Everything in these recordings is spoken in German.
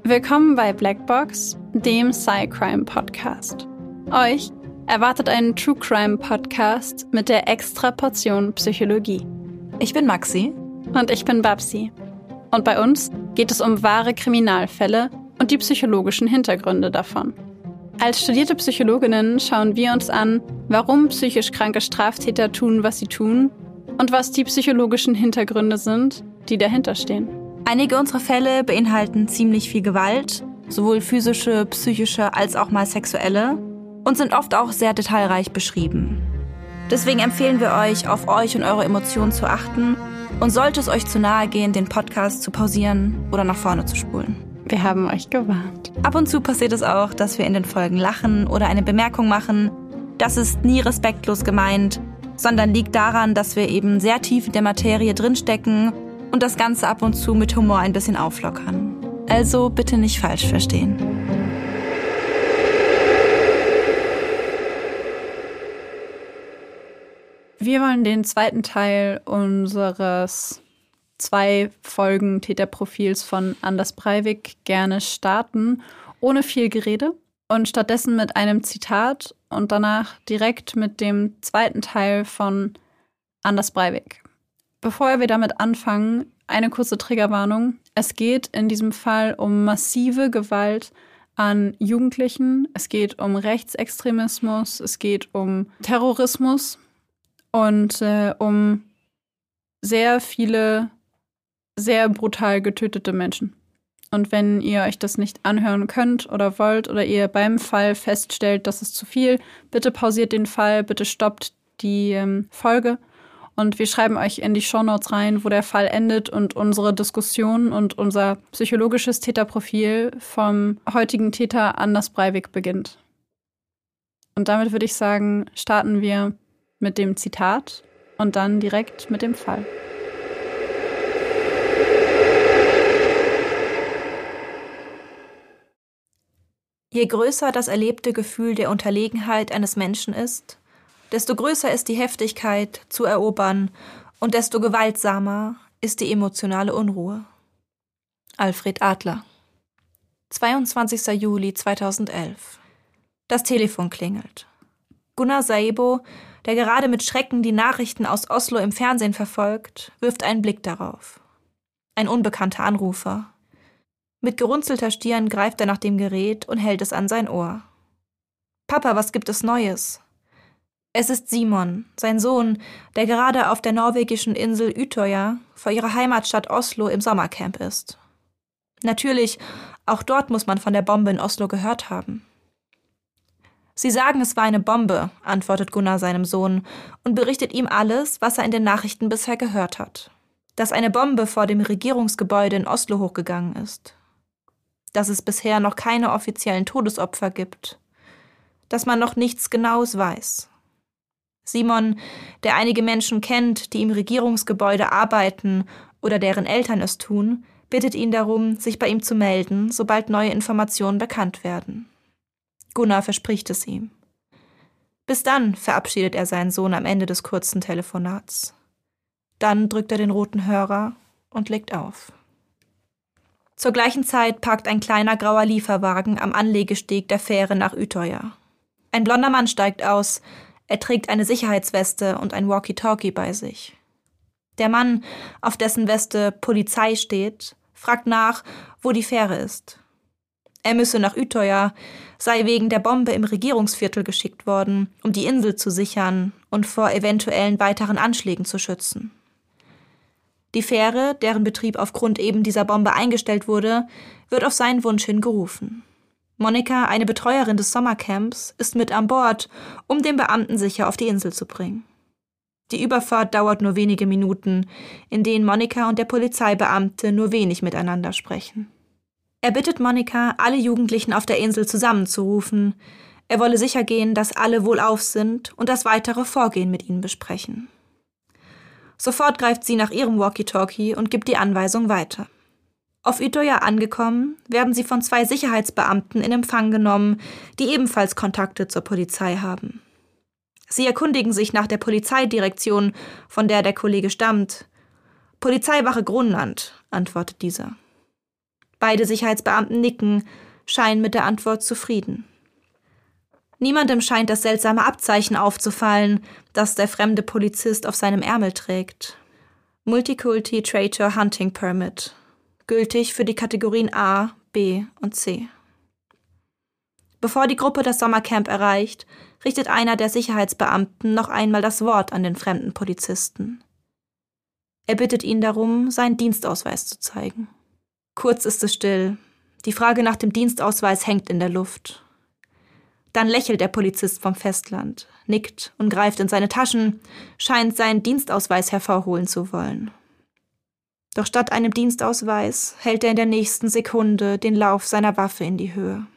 Willkommen bei Blackbox, dem Sci-Crime-Podcast. Euch erwartet ein True-Crime-Podcast mit der extra Portion Psychologie. Ich bin Maxi. Und ich bin Babsi. Und bei uns geht es um wahre Kriminalfälle und die psychologischen Hintergründe davon. Als studierte Psychologinnen schauen wir uns an, warum psychisch kranke Straftäter tun, was sie tun und was die psychologischen Hintergründe sind, die dahinter stehen. Einige unserer Fälle beinhalten ziemlich viel Gewalt, sowohl physische, psychische als auch mal sexuelle, und sind oft auch sehr detailreich beschrieben. Deswegen empfehlen wir euch, auf euch und eure Emotionen zu achten und sollte es euch zu nahe gehen, den Podcast zu pausieren oder nach vorne zu spulen. Wir haben euch gewarnt. Ab und zu passiert es auch, dass wir in den Folgen lachen oder eine Bemerkung machen. Das ist nie respektlos gemeint, sondern liegt daran, dass wir eben sehr tief in der Materie drinstecken und das Ganze ab und zu mit Humor ein bisschen auflockern. Also bitte nicht falsch verstehen. Wir wollen den zweiten Teil unseres 2 Folgen Täterprofils von Anders Breivik gerne starten, ohne viel Gerede und stattdessen mit einem Zitat und danach direkt mit dem zweiten Teil von Anders Breivik. Bevor wir damit anfangen, eine kurze Triggerwarnung. Es geht in diesem Fall um massive Gewalt an Jugendlichen. Es geht um Rechtsextremismus, es geht um Terrorismus und um sehr viele, sehr brutal getötete Menschen. Und wenn ihr euch das nicht anhören könnt oder wollt oder ihr beim Fall feststellt, das ist zu viel, bitte pausiert den Fall, bitte stoppt die Folge. Und wir schreiben euch in die Shownotes rein, wo der Fall endet und unsere Diskussion und unser psychologisches Täterprofil vom heutigen Täter Anders Breivik beginnt. Und damit würde ich sagen, starten wir mit dem Zitat und dann direkt mit dem Fall. Je größer das erlebte Gefühl der Unterlegenheit eines Menschen ist, desto größer ist die Heftigkeit zu erobern und desto gewaltsamer ist die emotionale Unruhe. Alfred Adler. 22. Juli 2011. Das Telefon klingelt. Gunnar Saibo, der gerade mit Schrecken die Nachrichten aus Oslo im Fernsehen verfolgt, wirft einen Blick darauf. Ein unbekannter Anrufer. Mit gerunzelter Stirn greift er nach dem Gerät und hält es an sein Ohr. »Papa, was gibt es Neues?« Es ist Simon, sein Sohn, der gerade auf der norwegischen Insel Utøya vor ihrer Heimatstadt Oslo im Sommercamp ist. Natürlich, auch dort muss man von der Bombe in Oslo gehört haben. »Sie sagen, es war eine Bombe«, antwortet Gunnar seinem Sohn und berichtet ihm alles, was er in den Nachrichten bisher gehört hat. Dass eine Bombe vor dem Regierungsgebäude in Oslo hochgegangen ist. Dass es bisher noch keine offiziellen Todesopfer gibt. Dass man noch nichts Genaues weiß. Simon, der einige Menschen kennt, die im Regierungsgebäude arbeiten oder deren Eltern es tun, bittet ihn darum, sich bei ihm zu melden, sobald neue Informationen bekannt werden. Gunnar verspricht es ihm. Bis dann, verabschiedet er seinen Sohn am Ende des kurzen Telefonats. Dann drückt er den roten Hörer und legt auf. Zur gleichen Zeit parkt ein kleiner grauer Lieferwagen am Anlegesteg der Fähre nach Utøya. Ein blonder Mann steigt aus. Er trägt eine Sicherheitsweste und ein Walkie-Talkie bei sich. Der Mann, auf dessen Weste Polizei steht, fragt nach, wo die Fähre ist. Er müsse nach Utøya, sei wegen der Bombe im Regierungsviertel geschickt worden, um die Insel zu sichern und vor eventuellen weiteren Anschlägen zu schützen. Die Fähre, deren Betrieb aufgrund eben dieser Bombe eingestellt wurde, wird auf seinen Wunsch hin gerufen. Monika, eine Betreuerin des Sommercamps, ist mit an Bord, um den Beamten sicher auf die Insel zu bringen. Die Überfahrt dauert nur wenige Minuten, in denen Monika und der Polizeibeamte nur wenig miteinander sprechen. Er bittet Monika, alle Jugendlichen auf der Insel zusammenzurufen. Er wolle sicher gehen, dass alle wohlauf sind und das weitere Vorgehen mit ihnen besprechen. Sofort greift sie nach ihrem Walkie-Talkie und gibt die Anweisung weiter. Auf Utøya angekommen, werden sie von 2 Sicherheitsbeamten in Empfang genommen, die ebenfalls Kontakte zur Polizei haben. Sie erkundigen sich nach der Polizeidirektion, von der der Kollege stammt. »Polizeiwache Grunland«, antwortet dieser. Beide Sicherheitsbeamten nicken, scheinen mit der Antwort zufrieden. Niemandem scheint das seltsame Abzeichen aufzufallen, das der fremde Polizist auf seinem Ärmel trägt. Multiculti Traitor Hunting Permit. Gültig für die Kategorien A, B und C. Bevor die Gruppe das Sommercamp erreicht, richtet einer der Sicherheitsbeamten noch einmal das Wort an den fremden Polizisten. Er bittet ihn darum, seinen Dienstausweis zu zeigen. Kurz ist es still. Die Frage nach dem Dienstausweis hängt in der Luft. Dann lächelt der Polizist vom Festland, nickt und greift in seine Taschen, scheint seinen Dienstausweis hervorholen zu wollen. Doch statt einem Dienstausweis hält er in der nächsten Sekunde den Lauf seiner Waffe in die Höhe.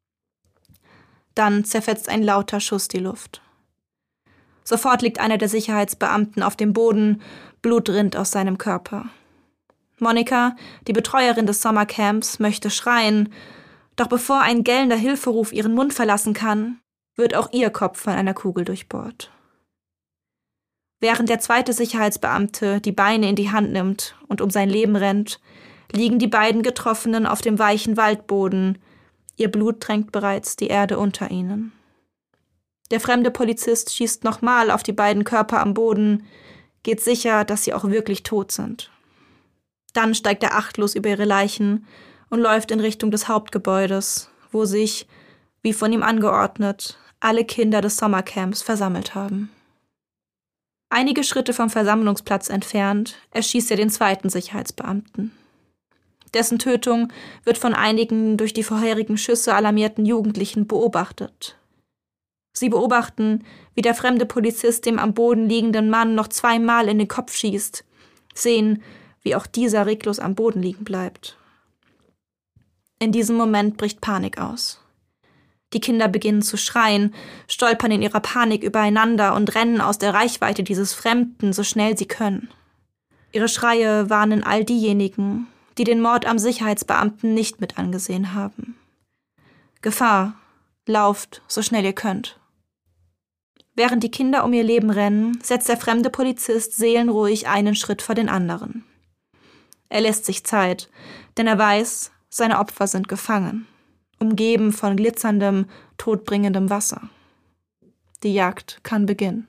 Dann zerfetzt ein lauter Schuss die Luft. Sofort liegt einer der Sicherheitsbeamten auf dem Boden, Blut rinnt aus seinem Körper. Monika, die Betreuerin des Sommercamps, möchte schreien, doch bevor ein gellender Hilferuf ihren Mund verlassen kann, wird auch ihr Kopf von einer Kugel durchbohrt. Während der zweite Sicherheitsbeamte die Beine in die Hand nimmt und um sein Leben rennt, liegen die beiden Getroffenen auf dem weichen Waldboden. Ihr Blut tränkt bereits die Erde unter ihnen. Der fremde Polizist schießt nochmal auf die beiden Körper am Boden, geht sicher, dass sie auch wirklich tot sind. Dann steigt er achtlos über ihre Leichen und läuft in Richtung des Hauptgebäudes, wo sich, wie von ihm angeordnet, alle Kinder des Sommercamps versammelt haben. Einige Schritte vom Versammlungsplatz entfernt erschießt er den zweiten Sicherheitsbeamten. Dessen Tötung wird von einigen durch die vorherigen Schüsse alarmierten Jugendlichen beobachtet. Sie beobachten, wie der fremde Polizist dem am Boden liegenden Mann noch 2-mal in den Kopf schießt, sehen, wie auch dieser reglos am Boden liegen bleibt. In diesem Moment bricht Panik aus. Die Kinder beginnen zu schreien, stolpern in ihrer Panik übereinander und rennen aus der Reichweite dieses Fremden, so schnell sie können. Ihre Schreie warnen all diejenigen, die den Mord am Sicherheitsbeamten nicht mit angesehen haben. Gefahr, lauft, so schnell ihr könnt. Während die Kinder um ihr Leben rennen, setzt der fremde Polizist seelenruhig einen Schritt vor den anderen. Er lässt sich Zeit, denn er weiß, seine Opfer sind gefangen, umgeben von glitzerndem, todbringendem Wasser. Die Jagd kann beginnen.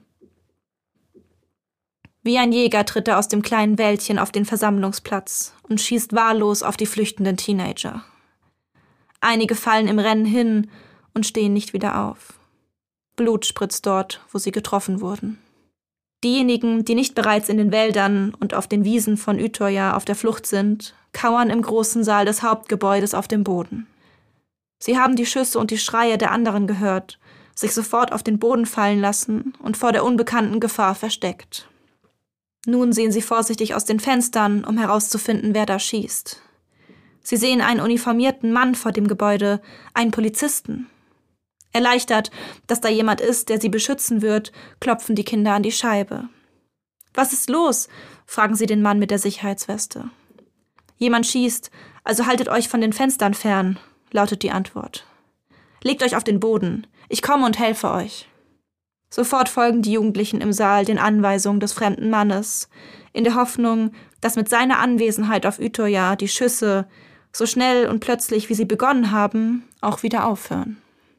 Wie ein Jäger tritt er aus dem kleinen Wäldchen auf den Versammlungsplatz und schießt wahllos auf die flüchtenden Teenager. Einige fallen im Rennen hin und stehen nicht wieder auf. Blut spritzt dort, wo sie getroffen wurden. Diejenigen, die nicht bereits in den Wäldern und auf den Wiesen von Utøya auf der Flucht sind, kauern im großen Saal des Hauptgebäudes auf dem Boden. Sie haben die Schüsse und die Schreie der anderen gehört, sich sofort auf den Boden fallen lassen und vor der unbekannten Gefahr versteckt. Nun sehen sie vorsichtig aus den Fenstern, um herauszufinden, wer da schießt. Sie sehen einen uniformierten Mann vor dem Gebäude, einen Polizisten. Erleichtert, dass da jemand ist, der sie beschützen wird, klopfen die Kinder an die Scheibe. »Was ist los?« fragen sie den Mann mit der Sicherheitsweste. »Jemand schießt, also haltet euch von den Fenstern fern«, lautet die Antwort. »Legt euch auf den Boden, ich komme und helfe euch.« Sofort folgen die Jugendlichen im Saal den Anweisungen des fremden Mannes, in der Hoffnung, dass mit seiner Anwesenheit auf Utøya die Schüsse, so schnell und plötzlich wie sie begonnen haben, auch wieder aufhören.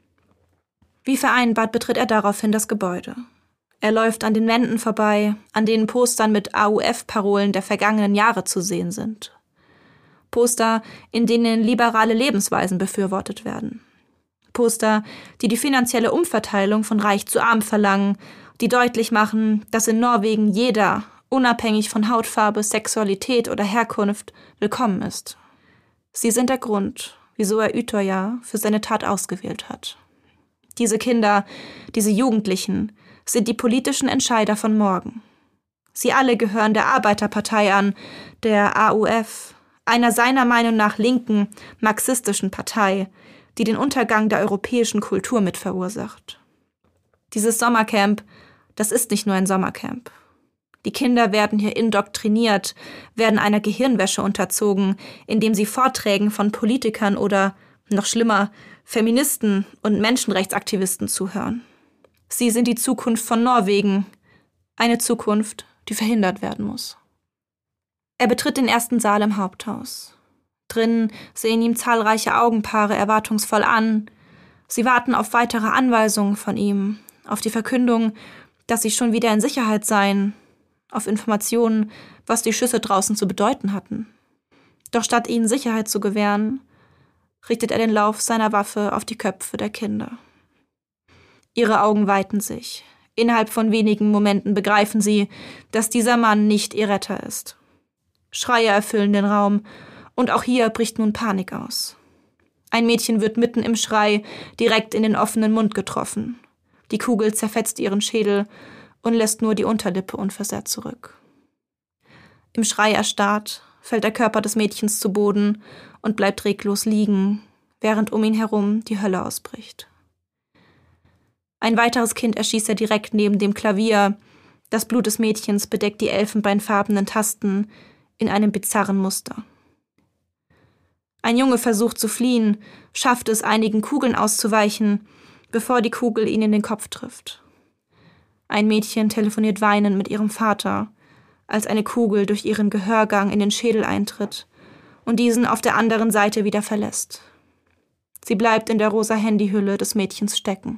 Wie vereinbart betritt er daraufhin das Gebäude. Er läuft an den Wänden vorbei, an denen Postern mit AUF-Parolen der vergangenen Jahre zu sehen sind. Poster, in denen liberale Lebensweisen befürwortet werden. Poster, die die finanzielle Umverteilung von Reich zu Arm verlangen, die deutlich machen, dass in Norwegen jeder, unabhängig von Hautfarbe, Sexualität oder Herkunft, willkommen ist. Sie sind der Grund, wieso er Utøya für seine Tat ausgewählt hat. Diese Kinder, diese Jugendlichen, sind die politischen Entscheider von morgen. Sie alle gehören der Arbeiterpartei an, der AUF, einer seiner Meinung nach linken, marxistischen Partei, die den Untergang der europäischen Kultur mit verursacht. Dieses Sommercamp, das ist nicht nur ein Sommercamp. Die Kinder werden hier indoktriniert, werden einer Gehirnwäsche unterzogen, indem sie Vorträgen von Politikern oder, noch schlimmer, Feministen und Menschenrechtsaktivisten zuhören. Sie sind die Zukunft von Norwegen, eine Zukunft, die verhindert werden muss. Er betritt den ersten Saal im Haupthaus. Drinnen sehen ihm zahlreiche Augenpaare erwartungsvoll an. Sie warten auf weitere Anweisungen von ihm, auf die Verkündung, dass sie schon wieder in Sicherheit seien, auf Informationen, was die Schüsse draußen zu bedeuten hatten. Doch statt ihnen Sicherheit zu gewähren, richtet er den Lauf seiner Waffe auf die Köpfe der Kinder. Ihre Augen weiten sich. Innerhalb von wenigen Momenten begreifen sie, dass dieser Mann nicht ihr Retter ist. Schreie erfüllen den Raum, und auch hier bricht nun Panik aus. Ein Mädchen wird mitten im Schrei direkt in den offenen Mund getroffen. Die Kugel zerfetzt ihren Schädel und lässt nur die Unterlippe unversehrt zurück. Im Schrei erstarrt, fällt der Körper des Mädchens zu Boden und bleibt reglos liegen, während um ihn herum die Hölle ausbricht. Ein weiteres Kind erschießt er direkt neben dem Klavier. Das Blut des Mädchens bedeckt die elfenbeinfarbenen Tasten in einem bizarren Muster. Ein Junge versucht zu fliehen, schafft es, einigen Kugeln auszuweichen, bevor die Kugel ihn in den Kopf trifft. Ein Mädchen telefoniert weinend mit ihrem Vater, als eine Kugel durch ihren Gehörgang in den Schädel eintritt und diesen auf der anderen Seite wieder verlässt. Sie bleibt in der rosa Handyhülle des Mädchens stecken.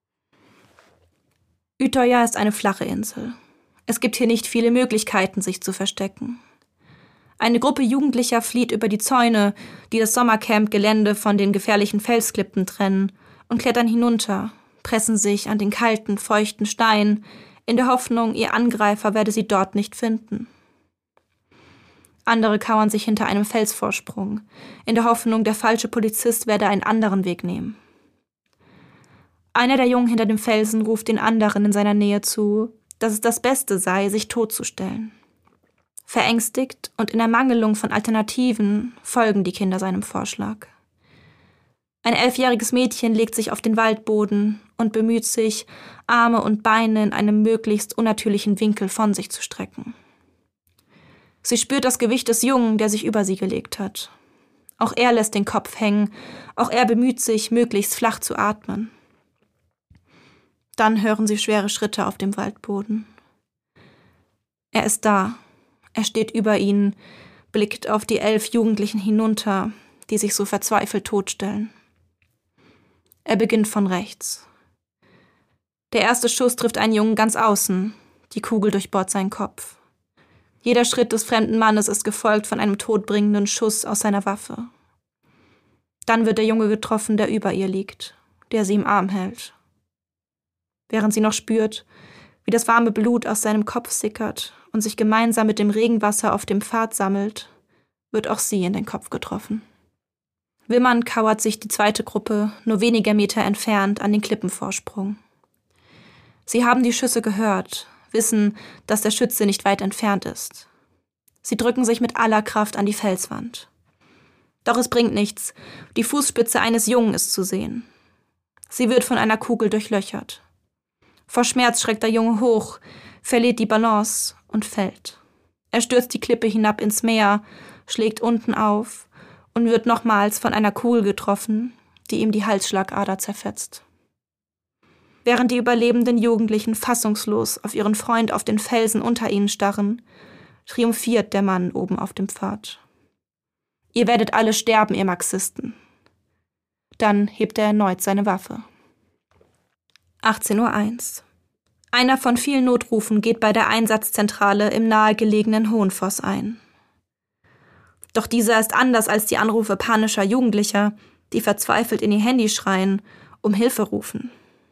Utøya ist eine flache Insel. Es gibt hier nicht viele Möglichkeiten, sich zu verstecken. Eine Gruppe Jugendlicher flieht über die Zäune, die das Sommercamp-Gelände von den gefährlichen Felsklippen trennen, und klettern hinunter, pressen sich an den kalten, feuchten Stein, in der Hoffnung, ihr Angreifer werde sie dort nicht finden. Andere kauern sich hinter einem Felsvorsprung, in der Hoffnung, der falsche Polizist werde einen anderen Weg nehmen. Einer der Jungen hinter dem Felsen ruft den anderen in seiner Nähe zu, dass es das Beste sei, sich totzustellen. Verängstigt und in Ermangelung von Alternativen folgen die Kinder seinem Vorschlag. Ein 11-jähriges Mädchen legt sich auf den Waldboden und bemüht sich, Arme und Beine in einem möglichst unnatürlichen Winkel von sich zu strecken. Sie spürt das Gewicht des Jungen, der sich über sie gelegt hat. Auch er lässt den Kopf hängen, auch er bemüht sich, möglichst flach zu atmen. Dann hören sie schwere Schritte auf dem Waldboden. Er ist da. Er steht über ihnen, blickt auf die 11 Jugendlichen hinunter, die sich so verzweifelt totstellen. Er beginnt von rechts. Der erste Schuss trifft einen Jungen ganz außen. Die Kugel durchbohrt seinen Kopf. Jeder Schritt des fremden Mannes ist gefolgt von einem todbringenden Schuss aus seiner Waffe. Dann wird der Junge getroffen, der über ihr liegt, der sie im Arm hält. Während sie noch spürt, wie das warme Blut aus seinem Kopf sickert und sich gemeinsam mit dem Regenwasser auf dem Pfad sammelt, wird auch sie in den Kopf getroffen. Wimmernd kauert sich die zweite Gruppe nur wenige Meter entfernt an den Klippenvorsprung. Sie haben die Schüsse gehört, wissen, dass der Schütze nicht weit entfernt ist. Sie drücken sich mit aller Kraft an die Felswand. Doch es bringt nichts, die Fußspitze eines Jungen ist zu sehen. Sie wird von einer Kugel durchlöchert. Vor Schmerz schreckt der Junge hoch, verliert die Balance und fällt. Er stürzt die Klippe hinab ins Meer, schlägt unten auf und wird nochmals von einer Kugel getroffen, die ihm die Halsschlagader zerfetzt. Während die überlebenden Jugendlichen fassungslos auf ihren Freund auf den Felsen unter ihnen starren, triumphiert der Mann oben auf dem Pfad. Ihr werdet alle sterben, ihr Marxisten. Dann hebt er erneut seine Waffe. 18:01 Uhr. Einer von vielen Notrufen geht bei der Einsatzzentrale im nahegelegenen Hohenfoss ein. Doch dieser ist anders als die Anrufe panischer Jugendlicher, die verzweifelt in ihr Handy schreien, um Hilfe rufen.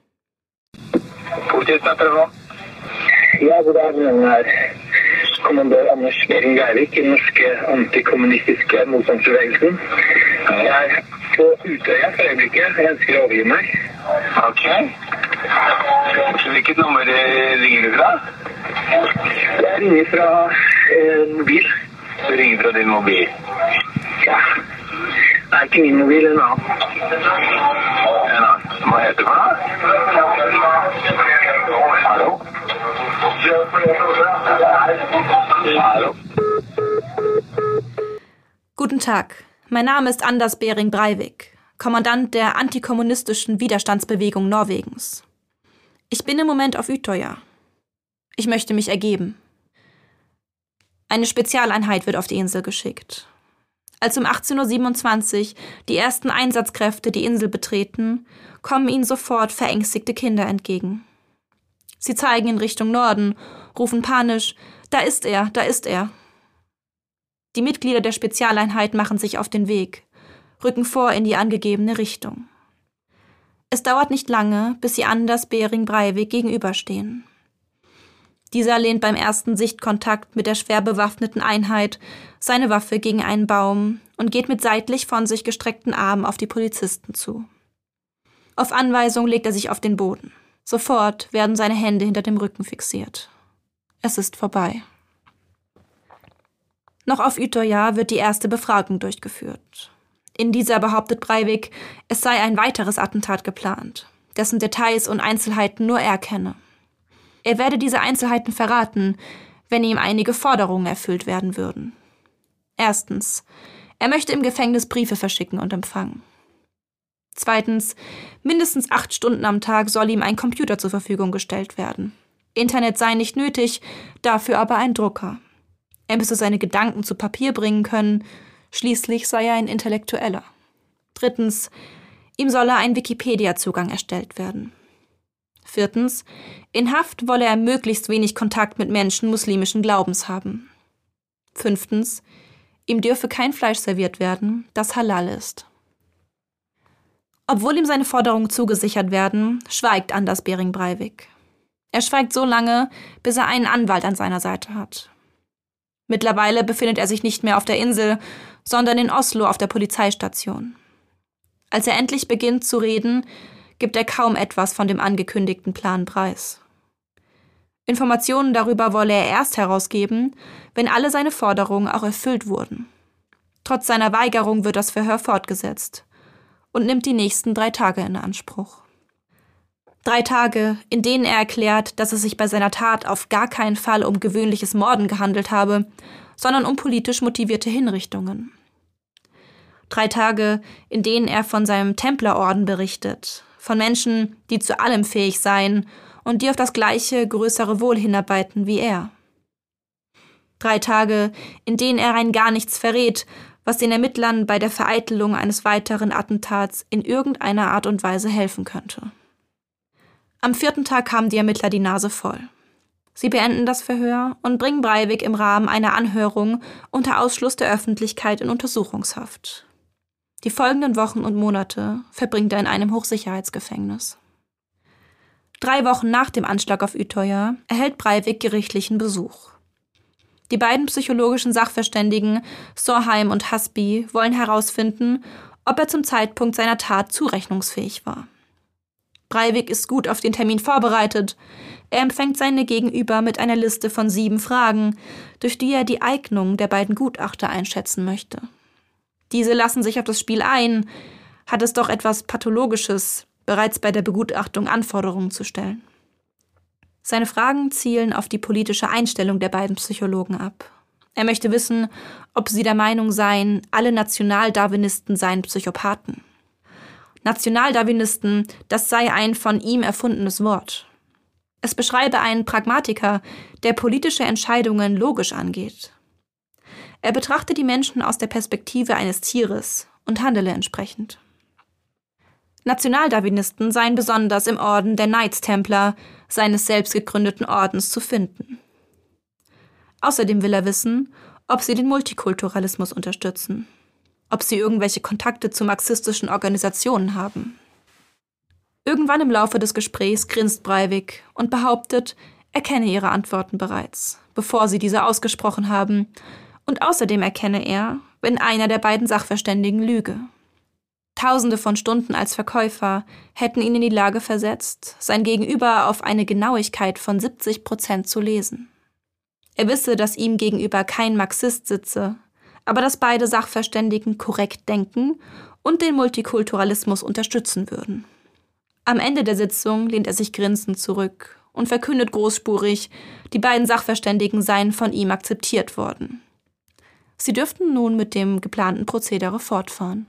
Ja, god dag, her. Kommandør Anders Behring Breivik i den norske antikommunistiske motstandsbevegelsen. Jeg er på Utøya for øyeblikket. Jeg ønsker å overgi meg. Ok. Hvilket nummer ringer du fra? Jeg ringer fra mobil. Du ringer fra din mobil? Ja. Det er ikke min mobil, en annen. En annen. Hva heter det for noe? Hallo? Hallo? Guten Tag, mein Name ist Anders Behring Breivik, Kommandant der antikommunistischen Widerstandsbewegung Norwegens. Ich bin im Moment auf Utøya. Ich möchte mich ergeben. Eine Spezialeinheit wird auf die Insel geschickt. Als um 18:27 Uhr die ersten Einsatzkräfte die Insel betreten, kommen ihnen sofort verängstigte Kinder entgegen. Sie zeigen in Richtung Norden, rufen panisch: Da ist er, da ist er. Die Mitglieder der Spezialeinheit machen sich auf den Weg, rücken vor in die angegebene Richtung. Es dauert nicht lange, bis sie Anders Behring Breivik gegenüberstehen. Dieser lehnt beim ersten Sichtkontakt mit der schwer bewaffneten Einheit seine Waffe gegen einen Baum und geht mit seitlich von sich gestreckten Armen auf die Polizisten zu. Auf Anweisung legt er sich auf den Boden. Sofort werden seine Hände hinter dem Rücken fixiert. Es ist vorbei. Noch auf Utøya wird die erste Befragung durchgeführt. In dieser behauptet Breivik, es sei ein weiteres Attentat geplant, dessen Details und Einzelheiten nur er kenne. Er werde diese Einzelheiten verraten, wenn ihm einige Forderungen erfüllt werden würden. Erstens, er möchte im Gefängnis Briefe verschicken und empfangen. Zweitens, mindestens 8 Stunden am Tag soll ihm ein Computer zur Verfügung gestellt werden. Internet sei nicht nötig, dafür aber ein Drucker. Er müsse seine Gedanken zu Papier bringen können, schließlich sei er ein Intellektueller. Drittens, ihm solle ein Wikipedia-Zugang erstellt werden. Viertens, in Haft wolle er möglichst wenig Kontakt mit Menschen muslimischen Glaubens haben. Fünftens, ihm dürfe kein Fleisch serviert werden, das halal ist. Obwohl ihm seine Forderungen zugesichert werden, schweigt Anders Behring Breivik. Er schweigt so lange, bis er einen Anwalt an seiner Seite hat. Mittlerweile befindet er sich nicht mehr auf der Insel, sondern in Oslo auf der Polizeistation. Als er endlich beginnt zu reden, gibt er kaum etwas von dem angekündigten Plan preis. Informationen darüber wolle er erst herausgeben, wenn alle seine Forderungen auch erfüllt wurden. Trotz seiner Weigerung wird das Verhör fortgesetzt und nimmt die nächsten 3 Tage in Anspruch. 3 Tage, in denen er erklärt, dass es sich bei seiner Tat auf gar keinen Fall um gewöhnliches Morden gehandelt habe, sondern um politisch motivierte Hinrichtungen. 3 Tage, in denen er von seinem Templerorden berichtet, von Menschen, die zu allem fähig seien und die auf das gleiche, größere Wohl hinarbeiten wie er. 3 Tage, in denen er rein gar nichts verrät, was den Ermittlern bei der Vereitelung eines weiteren Attentats in irgendeiner Art und Weise helfen könnte. Am 4. Tag haben die Ermittler die Nase voll. Sie beenden das Verhör und bringen Breivik im Rahmen einer Anhörung unter Ausschluss der Öffentlichkeit in Untersuchungshaft. Die folgenden Wochen und Monate verbringt er in einem Hochsicherheitsgefängnis. 3 Wochen nach dem Anschlag auf Utøya erhält Breivik gerichtlichen Besuch. Die beiden psychologischen Sachverständigen Sorheim und Hasby wollen herausfinden, ob er zum Zeitpunkt seiner Tat zurechnungsfähig war. Breivik ist gut auf den Termin vorbereitet. Er empfängt seine Gegenüber mit einer Liste von 7 Fragen, durch die er die Eignung der beiden Gutachter einschätzen möchte. Diese lassen sich auf das Spiel ein, hat es doch etwas Pathologisches, bereits bei der Begutachtung Anforderungen zu stellen. Seine Fragen zielen auf die politische Einstellung der beiden Psychologen ab. Er möchte wissen, ob sie der Meinung seien, alle Nationaldarwinisten seien Psychopathen. Nationaldarwinisten, das sei ein von ihm erfundenes Wort. Es beschreibe einen Pragmatiker, der politische Entscheidungen logisch angeht. Er betrachte die Menschen aus der Perspektive eines Tieres und handele entsprechend. Nationaldarwinisten seien besonders im Orden der Knights Templar, seines selbst gegründeten Ordens, zu finden. Außerdem will er wissen, ob sie den Multikulturalismus unterstützen, ob sie irgendwelche Kontakte zu marxistischen Organisationen haben. Irgendwann im Laufe des Gesprächs grinst Breivik und behauptet, er kenne ihre Antworten bereits, bevor sie diese ausgesprochen haben, und außerdem erkenne er, wenn einer der beiden Sachverständigen lüge. Tausende von Stunden als Verkäufer hätten ihn in die Lage versetzt, sein Gegenüber auf eine Genauigkeit von 70% zu lesen. Er wisse, dass ihm gegenüber kein Marxist sitze, aber dass beide Sachverständigen korrekt denken und den Multikulturalismus unterstützen würden. Am Ende der Sitzung lehnt er sich grinsend zurück und verkündet großspurig, die beiden Sachverständigen seien von ihm akzeptiert worden. Sie dürften nun mit dem geplanten Prozedere fortfahren.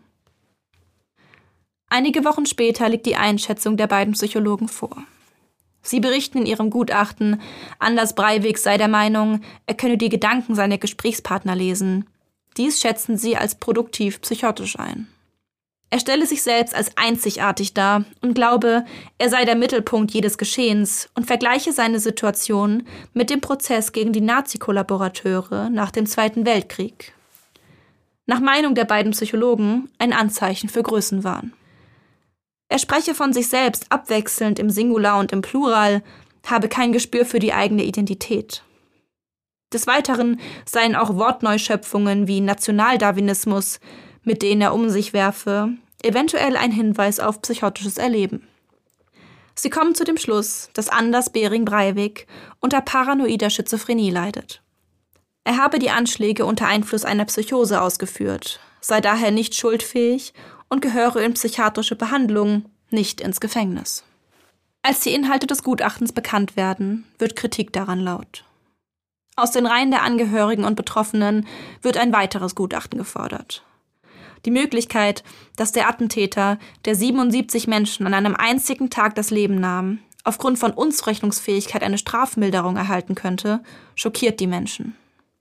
Einige Wochen später liegt die Einschätzung der beiden Psychologen vor. Sie berichten in ihrem Gutachten, Anders Breivik sei der Meinung, er könne die Gedanken seiner Gesprächspartner lesen. Dies schätzen sie als produktiv psychotisch ein. Er stelle sich selbst als einzigartig dar und glaube, er sei der Mittelpunkt jedes Geschehens und vergleiche seine Situation mit dem Prozess gegen die Nazi-Kollaborateure nach dem Zweiten Weltkrieg. Nach Meinung der beiden Psychologen ein Anzeichen für Größenwahn. Er spreche von sich selbst abwechselnd im Singular und im Plural, habe kein Gespür für die eigene Identität. Des Weiteren seien auch Wortneuschöpfungen wie Nationaldarwinismus, mit denen er um sich werfe, eventuell ein Hinweis auf psychotisches Erleben. Sie kommen zu dem Schluss, dass Anders Behring Breivik unter paranoider Schizophrenie leidet. Er habe die Anschläge unter Einfluss einer Psychose ausgeführt, sei daher nicht schuldfähig und gehöre in psychiatrische Behandlung, nicht ins Gefängnis. Als die Inhalte des Gutachtens bekannt werden, wird Kritik daran laut. Aus den Reihen der Angehörigen und Betroffenen wird ein weiteres Gutachten gefordert. Die Möglichkeit, dass der Attentäter, der 77 Menschen an einem einzigen Tag das Leben nahm, aufgrund von Unzurechnungsfähigkeit eine Strafmilderung erhalten könnte, schockiert die Menschen.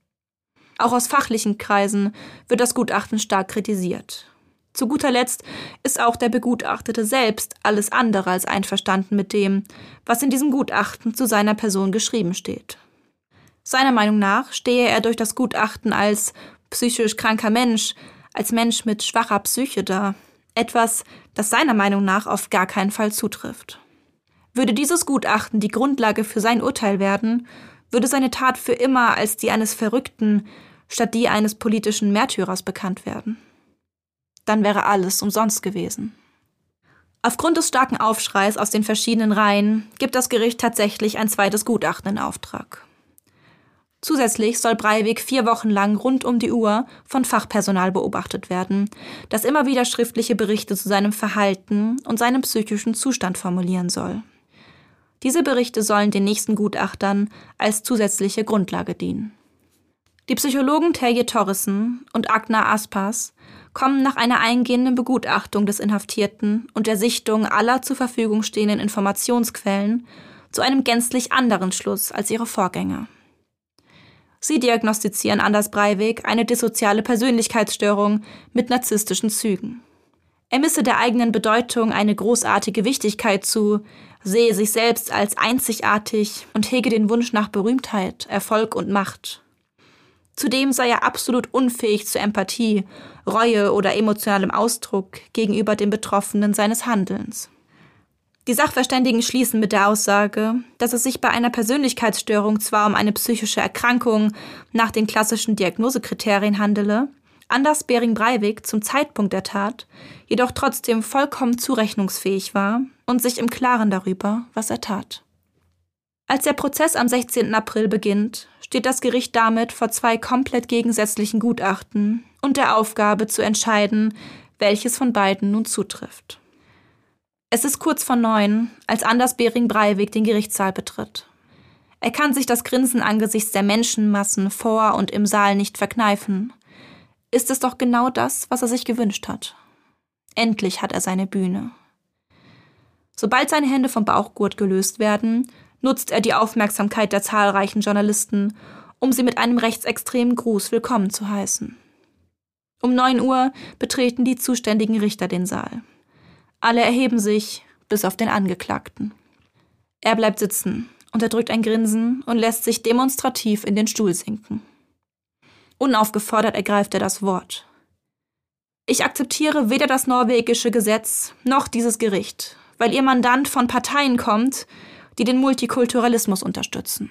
Auch aus fachlichen Kreisen wird das Gutachten stark kritisiert. Zu guter Letzt ist auch der Begutachtete selbst alles andere als einverstanden mit dem, was in diesem Gutachten zu seiner Person geschrieben steht. Seiner Meinung nach stehe er durch das Gutachten als psychisch kranker Mensch, als Mensch mit schwacher Psyche da, etwas, das seiner Meinung nach auf gar keinen Fall zutrifft. Würde dieses Gutachten die Grundlage für sein Urteil werden, würde seine Tat für immer als die eines Verrückten statt die eines politischen Märtyrers bekannt werden. Dann wäre alles umsonst gewesen. Aufgrund des starken Aufschreis aus den verschiedenen Reihen gibt das Gericht tatsächlich ein zweites Gutachten in Auftrag. Zusätzlich soll Breivik 4 Wochen lang rund um die Uhr von Fachpersonal beobachtet werden, das immer wieder schriftliche Berichte zu seinem Verhalten und seinem psychischen Zustand formulieren soll. Diese Berichte sollen den nächsten Gutachtern als zusätzliche Grundlage dienen. Die Psychologen Terje Torrissen und Agnar Aspas kommen nach einer eingehenden Begutachtung des Inhaftierten und der Sichtung aller zur Verfügung stehenden Informationsquellen zu einem gänzlich anderen Schluss als ihre Vorgänger. Sie diagnostizieren Anders Breivik eine dissoziale Persönlichkeitsstörung mit narzisstischen Zügen. Er misse der eigenen Bedeutung eine großartige Wichtigkeit zu, sehe sich selbst als einzigartig und hege den Wunsch nach Berühmtheit, Erfolg und Macht. Zudem sei er absolut unfähig zur Empathie, Reue oder emotionalem Ausdruck gegenüber den Betroffenen seines Handelns. Die Sachverständigen schließen mit der Aussage, dass es sich bei einer Persönlichkeitsstörung zwar um eine psychische Erkrankung nach den klassischen Diagnosekriterien handele, Anders Behring Breivik zum Zeitpunkt der Tat jedoch trotzdem vollkommen zurechnungsfähig war und sich im Klaren darüber, was er tat. Als der Prozess am 16. April beginnt, steht das Gericht damit vor 2 komplett gegensätzlichen Gutachten und der Aufgabe zu entscheiden, welches von beiden nun zutrifft. Es ist kurz vor 9, als Anders Behring Breivik den Gerichtssaal betritt. Er kann sich das Grinsen angesichts der Menschenmassen vor und im Saal nicht verkneifen. Ist es doch genau das, was er sich gewünscht hat. Endlich hat er seine Bühne. Sobald seine Hände vom Bauchgurt gelöst werden, nutzt er die Aufmerksamkeit der zahlreichen Journalisten, um sie mit einem rechtsextremen Gruß willkommen zu heißen. Um 9 Uhr betreten die zuständigen Richter den Saal. Alle erheben sich, bis auf den Angeklagten. Er bleibt sitzen, unterdrückt ein Grinsen und lässt sich demonstrativ in den Stuhl sinken. Unaufgefordert ergreift er das Wort. Ich akzeptiere weder das norwegische Gesetz noch dieses Gericht, weil Ihr Mandant von Parteien kommt, die den Multikulturalismus unterstützen.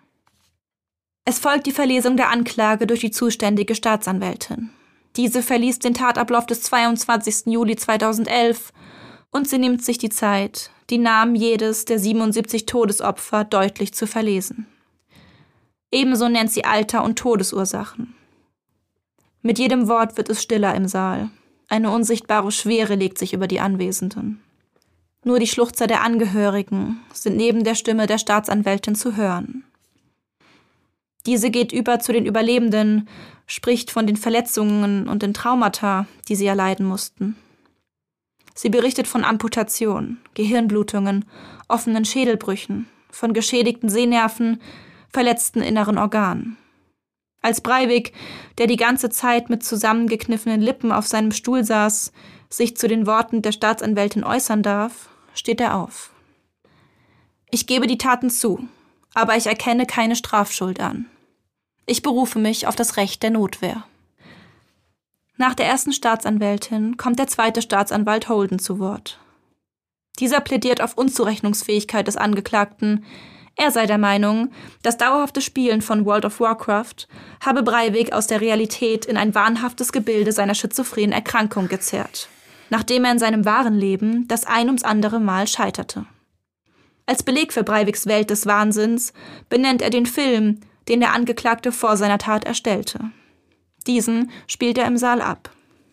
Es folgt die Verlesung der Anklage durch die zuständige Staatsanwältin. Diese verliest den Tatablauf des 22. Juli 2011 und sie nimmt sich die Zeit, die Namen jedes der 77 Todesopfer deutlich zu verlesen. Ebenso nennt sie Alter und Todesursachen. Mit jedem Wort wird es stiller im Saal. Eine unsichtbare Schwere legt sich über die Anwesenden. Nur die Schluchzer der Angehörigen sind neben der Stimme der Staatsanwältin zu hören. Diese geht über zu den Überlebenden, spricht von den Verletzungen und den Traumata, die sie erleiden mussten. Sie berichtet von Amputation, Gehirnblutungen, offenen Schädelbrüchen, von geschädigten Sehnerven, verletzten inneren Organen. Als Breivik, der die ganze Zeit mit zusammengekniffenen Lippen auf seinem Stuhl saß, sich zu den Worten der Staatsanwältin äußern darf, steht er auf. Ich gebe die Taten zu, aber ich erkenne keine Strafschuld an. Ich berufe mich auf das Recht der Notwehr. Nach der ersten Staatsanwältin kommt der zweite Staatsanwalt Holden zu Wort. Dieser plädiert auf Unzurechnungsfähigkeit des Angeklagten. Er sei der Meinung, das dauerhafte Spielen von World of Warcraft habe Breivik aus der Realität in ein wahnhaftes Gebilde seiner schizophrenen Erkrankung gezerrt, nachdem er in seinem wahren Leben das ein ums andere Mal scheiterte. Als Beleg für Breiviks Welt des Wahnsinns benennt er den Film, den der Angeklagte vor seiner Tat erstellte. Diesen spielt er im Saal ab.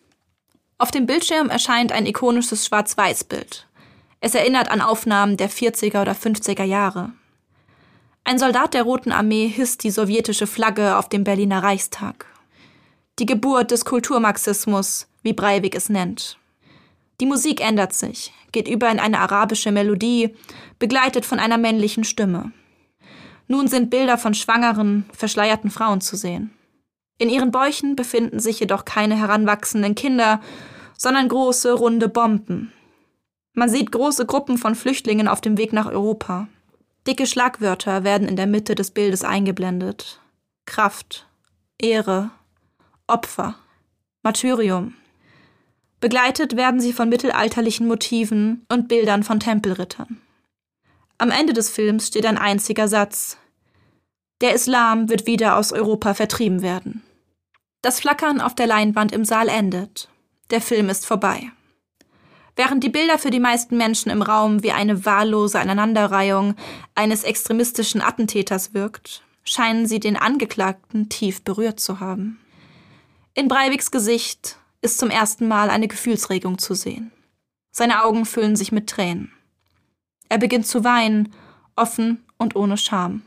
Auf dem Bildschirm erscheint ein ikonisches Schwarz-Weiß-Bild. Es erinnert an Aufnahmen der 40er oder 50er Jahre. Ein Soldat der Roten Armee hisst die sowjetische Flagge auf dem Berliner Reichstag. Die Geburt des Kulturmarxismus, wie Breivik es nennt. Die Musik ändert sich, geht über in eine arabische Melodie, begleitet von einer männlichen Stimme. Nun sind Bilder von schwangeren, verschleierten Frauen zu sehen. In ihren Bäuchen befinden sich jedoch keine heranwachsenden Kinder, sondern große, runde Bomben. Man sieht große Gruppen von Flüchtlingen auf dem Weg nach Europa. Dicke Schlagwörter werden in der Mitte des Bildes eingeblendet. Kraft, Ehre, Opfer, Martyrium. Begleitet werden sie von mittelalterlichen Motiven und Bildern von Tempelrittern. Am Ende des Films steht ein einziger Satz: Der Islam wird wieder aus Europa vertrieben werden. Das Flackern auf der Leinwand im Saal endet. Der Film ist vorbei. Während die Bilder für die meisten Menschen im Raum wie eine wahllose Aneinanderreihung eines extremistischen Attentäters wirkt, scheinen sie den Angeklagten tief berührt zu haben. In Breiviks Gesicht ist zum ersten Mal eine Gefühlsregung zu sehen. Seine Augen füllen sich mit Tränen. Er beginnt zu weinen, offen und ohne Scham.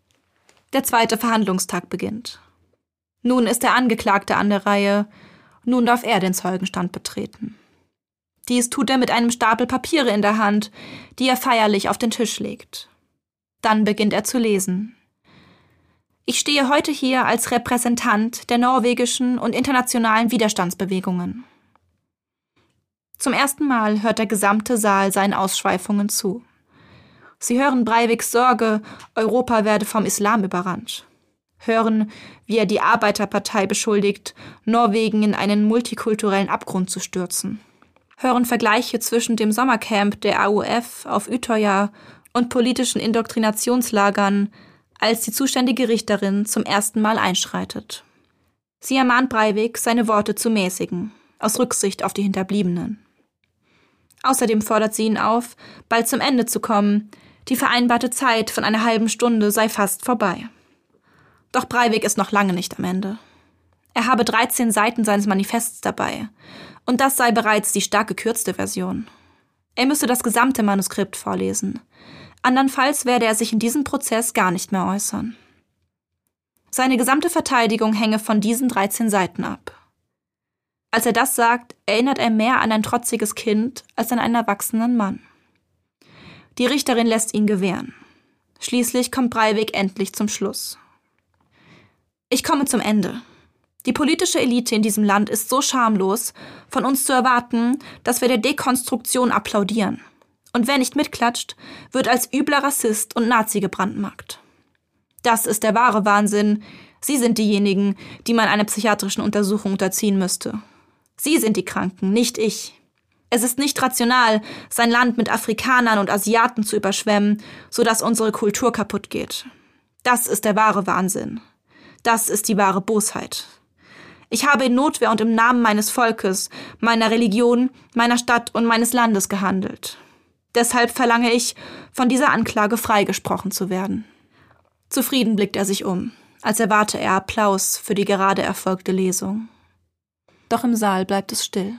Der zweite Verhandlungstag beginnt. Nun ist der Angeklagte an der Reihe, nun darf er den Zeugenstand betreten. Dies tut er mit einem Stapel Papiere in der Hand, die er feierlich auf den Tisch legt. Dann beginnt er zu lesen. Ich stehe heute hier als Repräsentant der norwegischen und internationalen Widerstandsbewegungen. Zum ersten Mal hört der gesamte Saal seinen Ausschweifungen zu. Sie hören Breiviks Sorge, Europa werde vom Islam überrannt. Hören, wie er die Arbeiterpartei beschuldigt, Norwegen in einen multikulturellen Abgrund zu stürzen. Hören Vergleiche zwischen dem Sommercamp der AUF auf Utøya und politischen Indoktrinationslagern, als die zuständige Richterin zum ersten Mal einschreitet. Sie ermahnt Breivik, seine Worte zu mäßigen, aus Rücksicht auf die Hinterbliebenen. Außerdem fordert sie ihn auf, bald zum Ende zu kommen, die vereinbarte Zeit von einer halben Stunde sei fast vorbei. Doch Breivik ist noch lange nicht am Ende. Er habe 13 Seiten seines Manifests dabei, und das sei bereits die stark gekürzte Version. Er müsse das gesamte Manuskript vorlesen. Andernfalls werde er sich in diesem Prozess gar nicht mehr äußern. Seine gesamte Verteidigung hänge von diesen 13 Seiten ab. Als er das sagt, erinnert er mehr an ein trotziges Kind als an einen erwachsenen Mann. Die Richterin lässt ihn gewähren. Schließlich kommt Breivik endlich zum Schluss. Ich komme zum Ende. Die politische Elite in diesem Land ist so schamlos, von uns zu erwarten, dass wir der Dekonstruktion applaudieren. Und wer nicht mitklatscht, wird als übler Rassist und Nazi gebrandmarkt. Das ist der wahre Wahnsinn. Sie sind diejenigen, die man einer psychiatrischen Untersuchung unterziehen müsste. Sie sind die Kranken, nicht ich. Es ist nicht rational, sein Land mit Afrikanern und Asiaten zu überschwemmen, sodass unsere Kultur kaputt geht. Das ist der wahre Wahnsinn. Das ist die wahre Bosheit. Ich habe in Notwehr und im Namen meines Volkes, meiner Religion, meiner Stadt und meines Landes gehandelt. Deshalb verlange ich, von dieser Anklage freigesprochen zu werden. Zufrieden blickt er sich um, als erwarte er Applaus für die gerade erfolgte Lesung. Doch im Saal bleibt es still.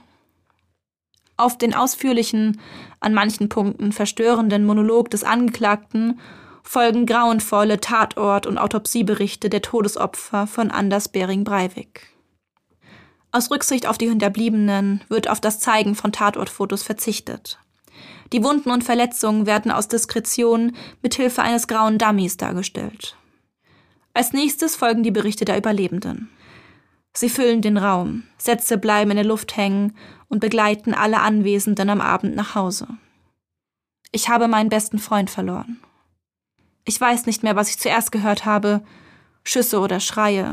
Auf den ausführlichen, an manchen Punkten verstörenden Monolog des Angeklagten folgen grauenvolle Tatort- und Autopsieberichte der Todesopfer von Anders Behring Breivik. Aus Rücksicht auf die Hinterbliebenen wird auf das Zeigen von Tatortfotos verzichtet. Die Wunden und Verletzungen werden aus Diskretion mit Hilfe eines grauen Dummies dargestellt. Als nächstes folgen die Berichte der Überlebenden. Sie füllen den Raum, Sätze bleiben in der Luft hängen und begleiten alle Anwesenden am Abend nach Hause. Ich habe meinen besten Freund verloren. Ich weiß nicht mehr, was ich zuerst gehört habe, Schüsse oder Schreie.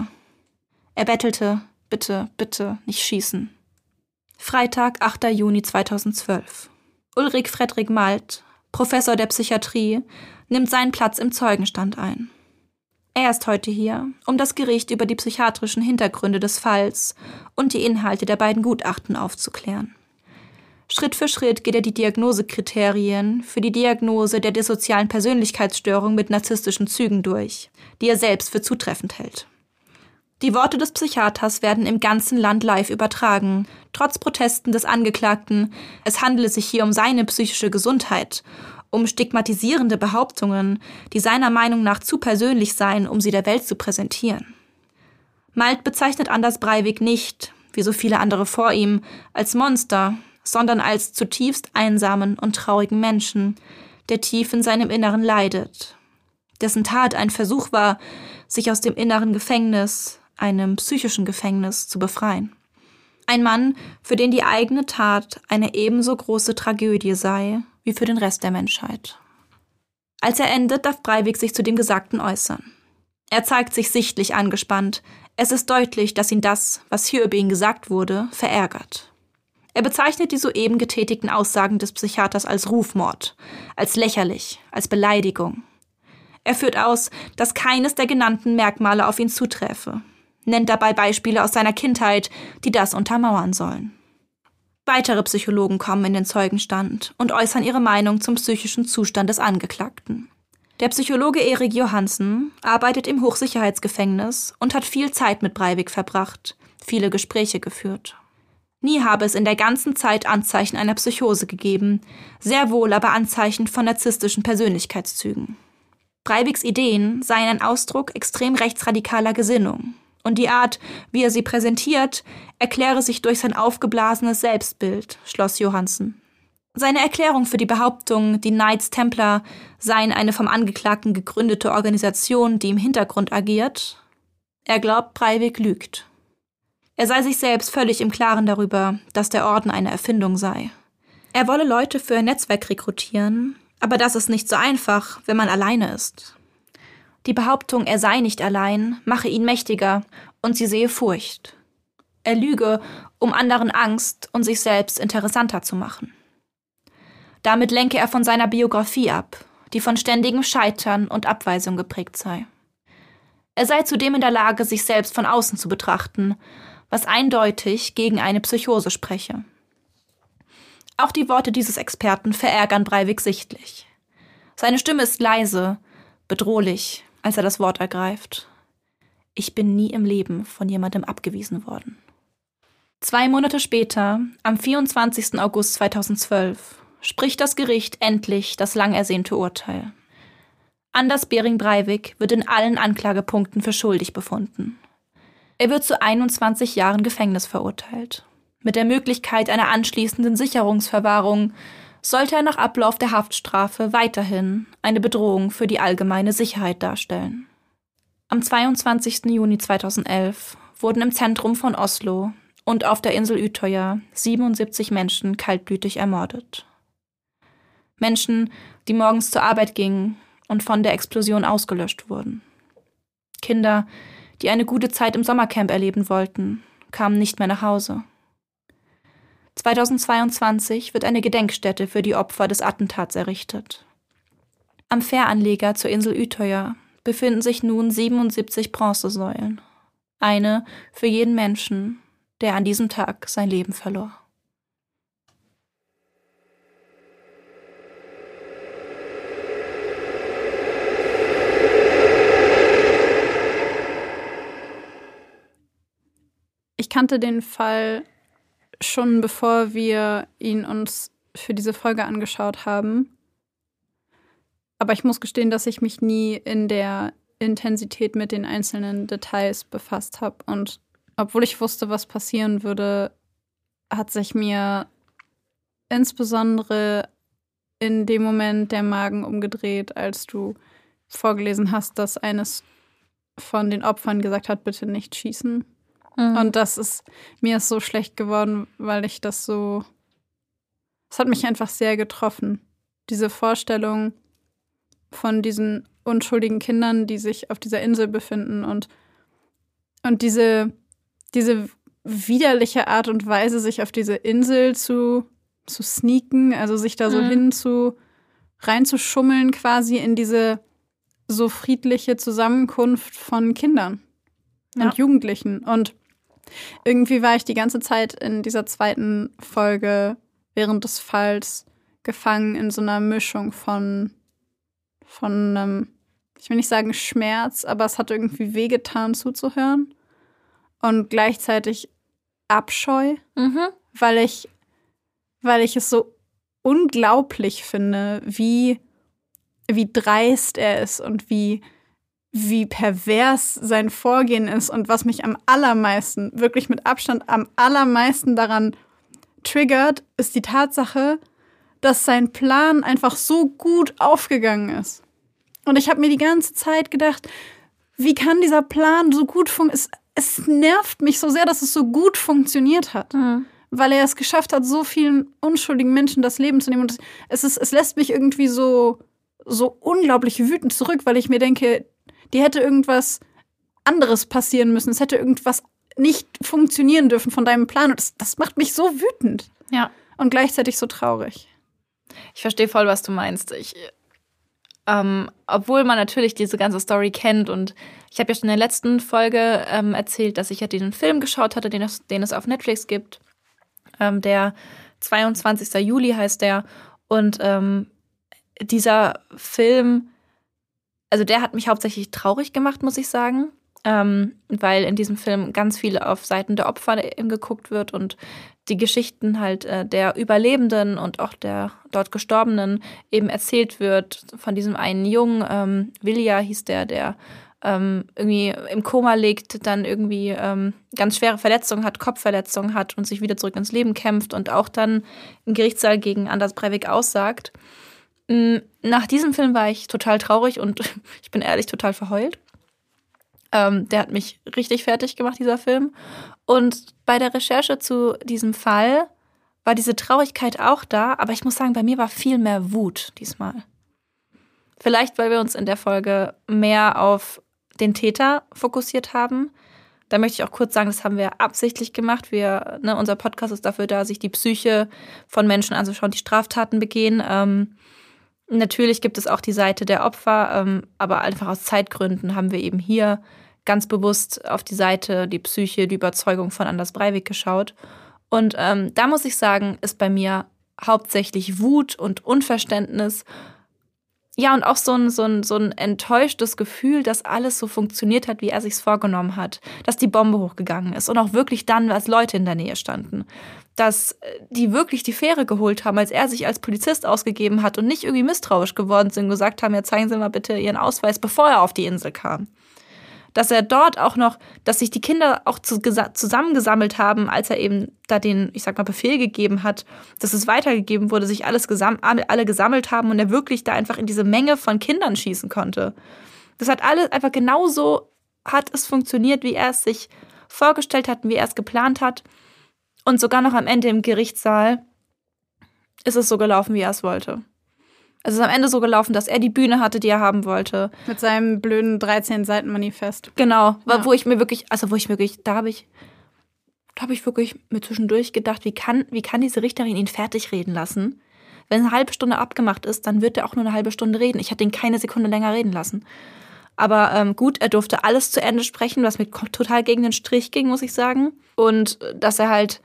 Er bettelte, bitte, bitte, nicht schießen. Freitag, 8. Juni 2012. Ulrich Fredrik Malt, Professor der Psychiatrie, nimmt seinen Platz im Zeugenstand ein. Er ist heute hier, um das Gericht über die psychiatrischen Hintergründe des Falls und die Inhalte der beiden Gutachten aufzuklären. Schritt für Schritt geht er die Diagnosekriterien für die Diagnose der dissozialen Persönlichkeitsstörung mit narzisstischen Zügen durch, die er selbst für zutreffend hält. Die Worte des Psychiaters werden im ganzen Land live übertragen, trotz Protesten des Angeklagten, es handele sich hier um seine psychische Gesundheit, um stigmatisierende Behauptungen, die seiner Meinung nach zu persönlich seien, um sie der Welt zu präsentieren. Malt bezeichnet Anders Breivik nicht, wie so viele andere vor ihm, als Monster, sondern als zutiefst einsamen und traurigen Menschen, der tief in seinem Inneren leidet, dessen Tat ein Versuch war, sich aus dem inneren Gefängnis, einem psychischen Gefängnis, zu befreien. Ein Mann, für den die eigene Tat eine ebenso große Tragödie sei wie für den Rest der Menschheit. Als er endet, darf Breivik sich zu dem Gesagten äußern. Er zeigt sich sichtlich angespannt. Es ist deutlich, dass ihn das, was hier über ihn gesagt wurde, verärgert. Er bezeichnet die soeben getätigten Aussagen des Psychiaters als Rufmord, als lächerlich, als Beleidigung. Er führt aus, dass keines der genannten Merkmale auf ihn zuträfe, nennt dabei Beispiele aus seiner Kindheit, die das untermauern sollen. Weitere Psychologen kommen in den Zeugenstand und äußern ihre Meinung zum psychischen Zustand des Angeklagten. Der Psychologe Erik Johansen arbeitet im Hochsicherheitsgefängnis und hat viel Zeit mit Breivik verbracht, viele Gespräche geführt. Nie habe es in der ganzen Zeit Anzeichen einer Psychose gegeben, sehr wohl aber Anzeichen von narzisstischen Persönlichkeitszügen. Breiviks Ideen seien ein Ausdruck extrem rechtsradikaler Gesinnung. Und die Art, wie er sie präsentiert, erkläre sich durch sein aufgeblasenes Selbstbild, schloss Johansen. Seine Erklärung für die Behauptung, die Knights Templar seien eine vom Angeklagten gegründete Organisation, die im Hintergrund agiert, er glaubt, Breivik lügt. Er sei sich selbst völlig im Klaren darüber, dass der Orden eine Erfindung sei. Er wolle Leute für ein Netzwerk rekrutieren, aber das ist nicht so einfach, wenn man alleine ist. Die Behauptung, er sei nicht allein, mache ihn mächtiger und sie sehe Furcht. Er lüge, um anderen Angst und sich selbst interessanter zu machen. Damit lenke er von seiner Biografie ab, die von ständigem Scheitern und Abweisung geprägt sei. Er sei zudem in der Lage, sich selbst von außen zu betrachten, was eindeutig gegen eine Psychose spreche. Auch die Worte dieses Experten verärgern Breivik sichtlich. Seine Stimme ist leise, bedrohlich, als er das Wort ergreift. Ich bin nie im Leben von jemandem abgewiesen worden. 2 Monate später, am 24. August 2012, spricht das Gericht endlich das lang ersehnte Urteil. Anders Behring Breivik wird in allen Anklagepunkten für schuldig befunden. Er wird zu 21 Jahren Gefängnis verurteilt. Mit der Möglichkeit einer anschließenden Sicherungsverwahrung sollte er nach Ablauf der Haftstrafe weiterhin eine Bedrohung für die allgemeine Sicherheit darstellen. Am 22. Juni 2011 wurden im Zentrum von Oslo und auf der Insel Utøya 77 Menschen kaltblütig ermordet. Menschen, die morgens zur Arbeit gingen und von der Explosion ausgelöscht wurden. Kinder, die eine gute Zeit im Sommercamp erleben wollten, kamen nicht mehr nach Hause. 2022 wird eine Gedenkstätte für die Opfer des Attentats errichtet. Am Fähranleger zur Insel Utøya befinden sich nun 77 Bronzesäulen. Eine für jeden Menschen, der an diesem Tag sein Leben verlor. Ich kannte den Fall schon, bevor wir ihn uns für diese Folge angeschaut haben. Aber ich muss gestehen, dass ich mich nie in der Intensität mit den einzelnen Details befasst habe. Und obwohl ich wusste, was passieren würde, hat sich mir insbesondere in dem Moment der Magen umgedreht, als du vorgelesen hast, dass eines von den Opfern gesagt hat, bitte nicht schießen. Und mir ist so schlecht geworden, weil ich es hat mich einfach sehr getroffen. Diese Vorstellung von diesen unschuldigen Kindern, die sich auf dieser Insel befinden und diese widerliche Art und Weise, sich auf diese Insel zu sneaken, also sich da so reinzuschummeln quasi in diese so friedliche Zusammenkunft von Kindern und Jugendlichen. Und irgendwie war ich die ganze Zeit in dieser zweiten Folge während des Falls gefangen in so einer Mischung von ich will nicht sagen Schmerz, aber es hat irgendwie wehgetan zuzuhören und gleichzeitig Abscheu, weil ich es so unglaublich finde, wie dreist er ist und wie pervers sein Vorgehen ist und was mich am allermeisten, wirklich mit Abstand am allermeisten daran triggert, ist die Tatsache, dass sein Plan einfach so gut aufgegangen ist. Und ich habe mir die ganze Zeit gedacht, wie kann dieser Plan so gut funktionieren? Es nervt mich so sehr, dass es so gut funktioniert hat. Weil er es geschafft hat, so vielen unschuldigen Menschen das Leben zu nehmen. Und es lässt mich irgendwie so unglaublich wütend zurück, weil ich mir denke, die hätte irgendwas anderes passieren müssen. Es hätte irgendwas nicht funktionieren dürfen von deinem Plan. Und das macht mich so wütend. Ja. Und gleichzeitig so traurig. Ich verstehe voll, was du meinst. Obwohl man natürlich diese ganze Story kennt und ich habe ja schon in der letzten Folge erzählt, dass ich ja den Film geschaut hatte, den es auf Netflix gibt. Der 22. Juli heißt der. Und dieser Film, also der hat mich hauptsächlich traurig gemacht, muss ich sagen. Weil in diesem Film ganz viel auf Seiten der Opfer eben geguckt wird und die Geschichten halt der Überlebenden und auch der dort Gestorbenen eben erzählt wird von diesem einen Jungen, Vilja hieß der irgendwie im Koma liegt, dann irgendwie ganz schwere Verletzungen hat, Kopfverletzungen hat und sich wieder zurück ins Leben kämpft und auch dann im Gerichtssaal gegen Anders Breivik aussagt. Nach diesem Film war ich total traurig und ich bin ehrlich total verheult. Der hat mich richtig fertig gemacht, dieser Film. Und bei der Recherche zu diesem Fall war diese Traurigkeit auch da, aber ich muss sagen, bei mir war viel mehr Wut diesmal. Vielleicht, weil wir uns in der Folge mehr auf den Täter fokussiert haben. Da möchte ich auch kurz sagen, das haben wir absichtlich gemacht. Unser Podcast ist dafür da, sich die Psyche von Menschen anzuschauen, die Straftaten begehen. Natürlich gibt es auch die Seite der Opfer, aber einfach aus Zeitgründen haben wir eben hier ganz bewusst auf die Seite, die Psyche, die Überzeugung von Anders Breivik geschaut. Und da muss ich sagen, ist bei mir hauptsächlich Wut und Unverständnis. Ja, und auch so ein enttäuschtes Gefühl, dass alles so funktioniert hat, wie er sich's vorgenommen hat. Dass die Bombe hochgegangen ist und auch wirklich dann, als Leute in der Nähe standen. Dass die wirklich die Fähre geholt haben, als er sich als Polizist ausgegeben hat und nicht irgendwie misstrauisch geworden sind und gesagt haben, ja, zeigen Sie mal bitte Ihren Ausweis, bevor er auf die Insel kam. Dass er dort auch noch, dass sich die Kinder auch zusammengesammelt haben, als er eben da den, ich sag mal, Befehl gegeben hat, dass es weitergegeben wurde, sich alle gesammelt haben und er wirklich da einfach in diese Menge von Kindern schießen konnte. Das hat alles einfach genauso hat es funktioniert, wie er es sich vorgestellt hat und wie er es geplant hat. Und sogar noch am Ende im Gerichtssaal ist es so gelaufen, wie er es wollte. Es ist am Ende so gelaufen, dass er die Bühne hatte, die er haben wollte. Mit seinem blöden 13-Seiten-Manifest. Genau, ja. Wo ich wirklich, da habe ich wirklich mir zwischendurch gedacht, wie kann diese Richterin ihn fertig reden lassen? Wenn eine halbe Stunde abgemacht ist, dann wird er auch nur eine halbe Stunde reden. Ich hätte ihn keine Sekunde länger reden lassen. Aber gut, er durfte alles zu Ende sprechen, was mir total gegen den Strich ging, muss ich sagen. Und dass er halt,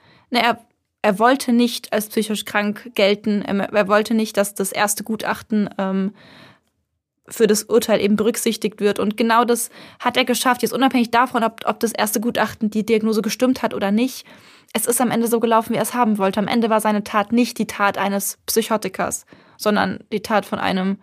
er wollte nicht als psychisch krank gelten. Er wollte nicht, dass das erste Gutachten für das Urteil eben berücksichtigt wird. Und genau das hat er geschafft. Jetzt unabhängig davon, ob das erste Gutachten die Diagnose gestimmt hat oder nicht. Es ist am Ende so gelaufen, wie er es haben wollte. Am Ende war seine Tat nicht die Tat eines Psychotikers, sondern die Tat von einem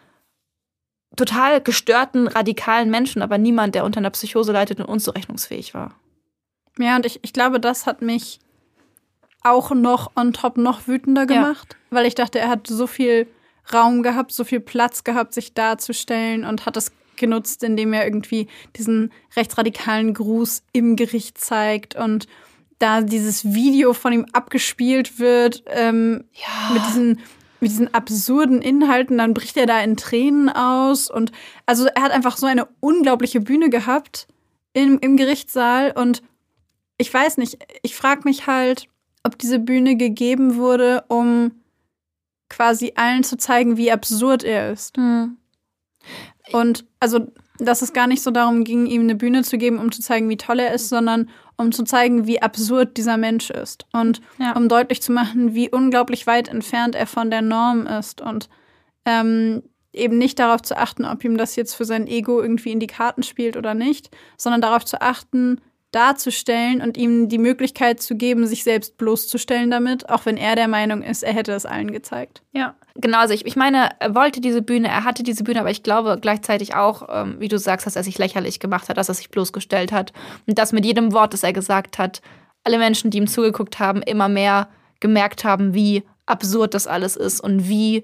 total gestörten, radikalen Menschen, aber niemand, der unter einer Psychose leidet und unzurechnungsfähig war. Ja, und ich glaube, das hat mich auch noch on top noch wütender gemacht, weil ich dachte, er hat so viel Raum gehabt, so viel Platz gehabt, sich darzustellen und hat es genutzt, indem er irgendwie diesen rechtsradikalen Gruß im Gericht zeigt und da dieses Video von ihm abgespielt wird mit diesen absurden Inhalten, dann bricht er da in Tränen aus. Und also er hat einfach so eine unglaubliche Bühne gehabt im Gerichtssaal. Und ich weiß nicht, ich frage mich halt, ob diese Bühne gegeben wurde, um quasi allen zu zeigen, wie absurd er ist. Und also, dass es gar nicht so darum ging, ihm eine Bühne zu geben, um zu zeigen, wie toll er ist, sondern um zu zeigen, wie absurd dieser Mensch ist. Und um deutlich zu machen, wie unglaublich weit entfernt er von der Norm ist. Und eben nicht darauf zu achten, ob ihm das jetzt für sein Ego irgendwie in die Karten spielt oder nicht, sondern darauf zu achten, darzustellen und ihm die Möglichkeit zu geben, sich selbst bloßzustellen damit, auch wenn er der Meinung ist, er hätte es allen gezeigt. Ja, genau. Also ich meine, er wollte diese Bühne, er hatte diese Bühne, aber ich glaube gleichzeitig auch, wie du sagst, dass er sich lächerlich gemacht hat, dass er sich bloßgestellt hat und dass mit jedem Wort, das er gesagt hat, alle Menschen, die ihm zugeguckt haben, immer mehr gemerkt haben, wie absurd das alles ist und wie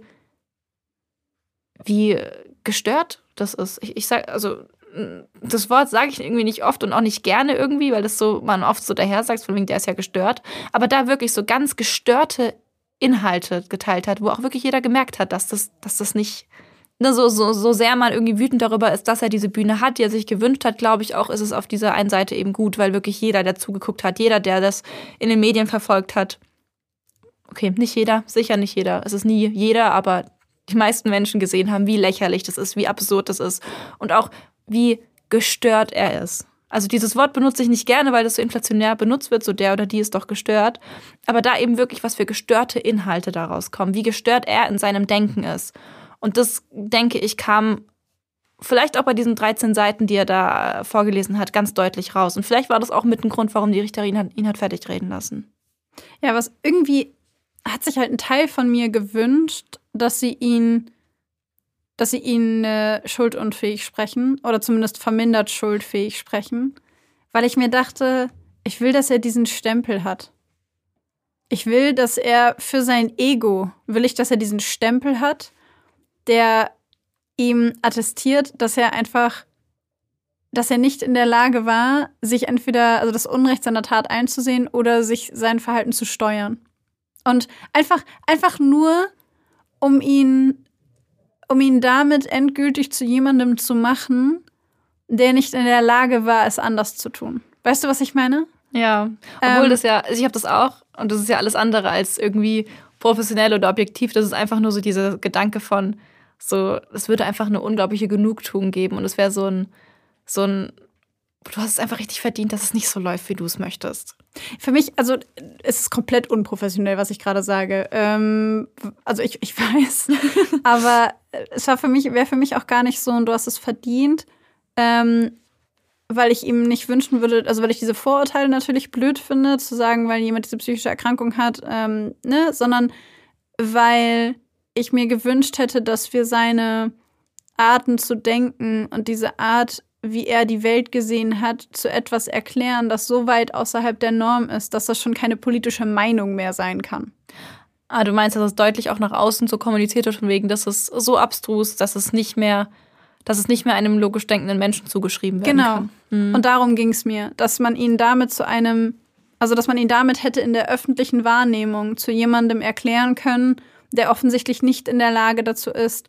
gestört das ist. Ich sag, also das Wort sage ich irgendwie nicht oft und auch nicht gerne irgendwie, weil das so man oft so daher sagt, von wegen, der ist ja gestört. Aber da wirklich so ganz gestörte Inhalte geteilt hat, wo auch wirklich jeder gemerkt hat, dass das nicht so sehr man irgendwie wütend darüber ist, dass er diese Bühne hat, die er sich gewünscht hat, glaube ich auch, ist es auf dieser einen Seite eben gut, weil wirklich jeder, der zugeguckt hat, jeder, der das in den Medien verfolgt hat, okay, nicht jeder, sicher nicht jeder, es ist nie jeder, aber die meisten Menschen gesehen haben, wie lächerlich das ist, wie absurd das ist und auch wie gestört er ist. Also dieses Wort benutze ich nicht gerne, weil das so inflationär benutzt wird, so der oder die ist doch gestört. Aber da eben wirklich, was für gestörte Inhalte daraus kommen, wie gestört er in seinem Denken ist. Und das, denke ich, kam vielleicht auch bei diesen 13 Seiten, die er da vorgelesen hat, ganz deutlich raus. Und vielleicht war das auch mit ein Grund, warum die Richterin ihn hat fertig reden lassen. Ja, was irgendwie hat sich halt ein Teil von mir gewünscht, dass sie ihn schuldunfähig sprechen oder zumindest vermindert schuldfähig sprechen, weil ich mir dachte, ich will, dass er diesen Stempel hat. Ich will, dass er für sein Ego, dass er diesen Stempel hat, der ihm attestiert, dass er nicht in der Lage war, sich entweder, also das Unrecht seiner Tat einzusehen oder sich sein Verhalten zu steuern. Und einfach nur, um ihn damit endgültig zu jemandem zu machen, der nicht in der Lage war, es anders zu tun. Weißt du, was ich meine? Ja, obwohl das ja, ich habe das auch und das ist ja alles andere als irgendwie professionell oder objektiv. Das ist einfach nur so dieser Gedanke von so, es würde einfach eine unglaubliche Genugtuung geben und es wäre so ein, du hast es einfach richtig verdient, dass es nicht so läuft, wie du es möchtest. Für mich, also es ist komplett unprofessionell, was ich gerade sage. Also ich weiß, aber wäre für mich auch gar nicht so, und du hast es verdient, weil ich ihm nicht wünschen würde, also weil ich diese Vorurteile natürlich blöd finde, zu sagen, weil jemand diese psychische Erkrankung hat, sondern weil ich mir gewünscht hätte, dass wir seine Arten zu denken und diese Art, wie er die Welt gesehen hat, zu etwas erklären, das so weit außerhalb der Norm ist, dass das schon keine politische Meinung mehr sein kann. Ah, du meinst, dass es deutlich auch nach außen so kommuniziert wird, von wegen, dass es so abstrus, dass es nicht mehr einem logisch denkenden Menschen zugeschrieben werden kann. Genau. Und darum ging es mir, dass man ihn damit dass man ihn damit hätte in der öffentlichen Wahrnehmung zu jemandem erklären können, der offensichtlich nicht in der Lage dazu ist,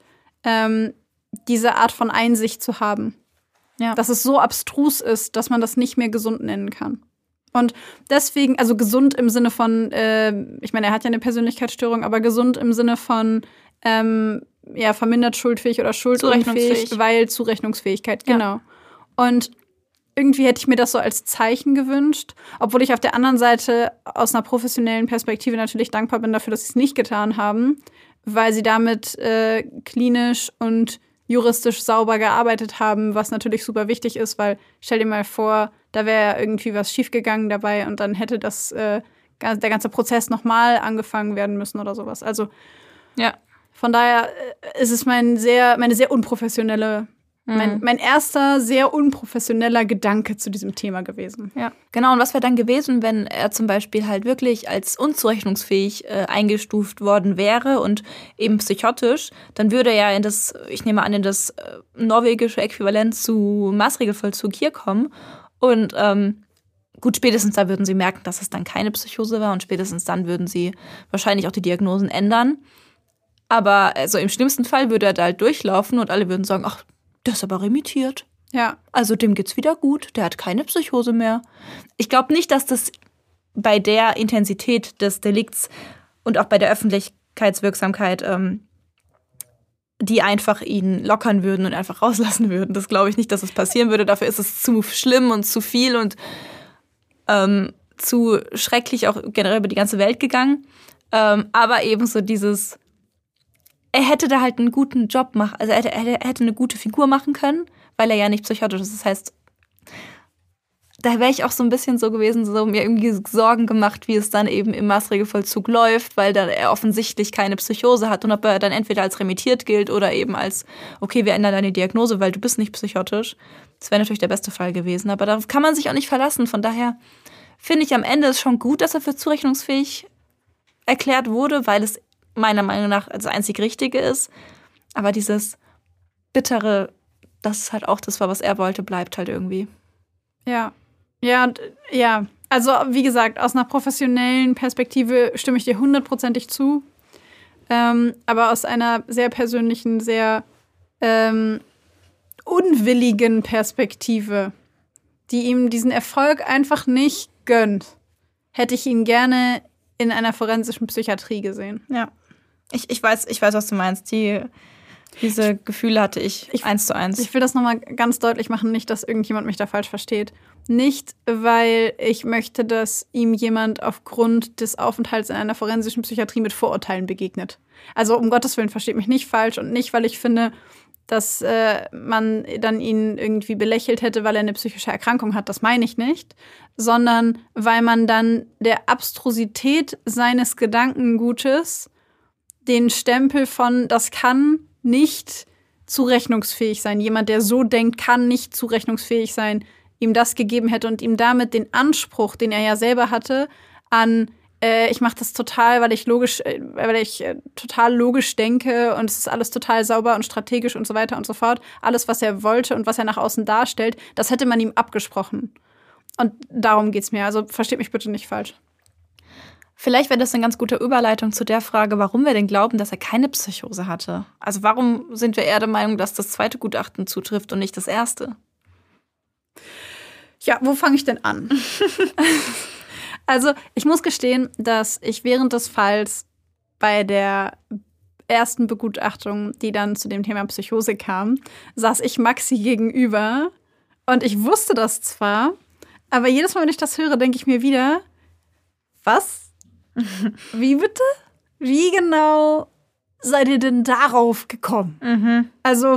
diese Art von Einsicht zu haben. Ja. Dass es so abstrus ist, dass man das nicht mehr gesund nennen kann. Und deswegen, also gesund im Sinne von, ich meine, er hat ja eine Persönlichkeitsstörung, aber gesund im Sinne von vermindert schuldfähig oder schuldunfähig, weil Zurechnungsfähigkeit, genau. Ja. Und irgendwie hätte ich mir das so als Zeichen gewünscht, obwohl ich auf der anderen Seite aus einer professionellen Perspektive natürlich dankbar bin dafür, dass sie es nicht getan haben, weil sie damit klinisch und juristisch sauber gearbeitet haben, was natürlich super wichtig ist, weil stell dir mal vor, da wäre irgendwie was schiefgegangen dabei und dann hätte der ganze Prozess nochmal angefangen werden müssen oder sowas. Also ja, von daher ist es meine sehr unprofessionelle Mein erster, sehr unprofessioneller Gedanke zu diesem Thema gewesen. Ja, genau. Und was wäre dann gewesen, wenn er zum Beispiel halt wirklich als unzurechnungsfähig eingestuft worden wäre und eben psychotisch, dann würde er in das norwegische Äquivalent zu Maßregelvollzug hier kommen. Und gut, spätestens da würden sie merken, dass es dann keine Psychose war und spätestens dann würden sie wahrscheinlich auch die Diagnosen ändern. Aber also im schlimmsten Fall würde er da halt durchlaufen und alle würden sagen, ach, der ist aber remittiert. Ja. Also dem geht's wieder gut, der hat keine Psychose mehr. Ich glaube nicht, dass das bei der Intensität des Delikts und auch bei der Öffentlichkeitswirksamkeit die einfach ihn lockern würden und einfach rauslassen würden. Das glaube ich nicht, dass es passieren würde. Dafür ist es zu schlimm und zu viel und zu schrecklich auch generell über die ganze Welt gegangen. Aber eben so dieses, er hätte da halt einen guten Job machen, also er hätte eine gute Figur machen können, weil er ja nicht psychotisch ist. Das heißt, da wäre ich auch so ein bisschen so gewesen, so mir irgendwie Sorgen gemacht, wie es dann eben im Maßregelvollzug läuft, weil da er offensichtlich keine Psychose hat und ob er dann entweder als remittiert gilt oder eben als, okay, wir ändern deine Diagnose, weil du bist nicht psychotisch. Das wäre natürlich der beste Fall gewesen, aber darauf kann man sich auch nicht verlassen. Von daher finde ich am Ende es schon gut, dass er für zurechnungsfähig erklärt wurde, weil es meiner Meinung nach das einzig Richtige ist. Aber dieses Bittere, das ist halt auch das war, was er wollte, bleibt halt irgendwie. Ja. Ja. Also, wie gesagt, aus einer professionellen Perspektive stimme ich dir 100%ig zu. Aber aus einer sehr persönlichen, sehr unwilligen Perspektive, die ihm diesen Erfolg einfach nicht gönnt, hätte ich ihn gerne in einer forensischen Psychiatrie gesehen. Ja. Ich weiß, was du meinst. Diese Gefühle hatte ich 1:1. Ich will das nochmal ganz deutlich machen, nicht, dass irgendjemand mich da falsch versteht. Nicht, weil ich möchte, dass ihm jemand aufgrund des Aufenthalts in einer forensischen Psychiatrie mit Vorurteilen begegnet. Also um Gottes Willen, versteht mich nicht falsch und nicht, weil ich finde, dass man dann ihn irgendwie belächelt hätte, weil er eine psychische Erkrankung hat. Das meine ich nicht. Sondern weil man dann der Abstrusität seines Gedankengutes den Stempel von, das kann nicht zurechnungsfähig sein. Jemand, der so denkt, kann nicht zurechnungsfähig sein, ihm das gegeben hätte und ihm damit den Anspruch, den er ja selber hatte, an ich mache das total, weil ich total logisch denke und es ist alles total sauber und strategisch und so weiter und so fort. Alles, was er wollte und was er nach außen darstellt, das hätte man ihm abgesprochen. Und darum geht's mir. Also versteht mich bitte nicht falsch. Vielleicht wäre das eine ganz gute Überleitung zu der Frage, warum wir denn glauben, dass er keine Psychose hatte. Also warum sind wir eher der Meinung, dass das zweite Gutachten zutrifft und nicht das erste? Ja, wo fange ich denn an? Also ich muss gestehen, dass ich während des Falls bei der ersten Begutachtung, die dann zu dem Thema Psychose kam, saß ich Maxi gegenüber und ich wusste das zwar, aber jedes Mal, wenn ich das höre, denke ich mir wieder, was? Wie bitte? Wie genau seid ihr denn darauf gekommen? Mhm. Also,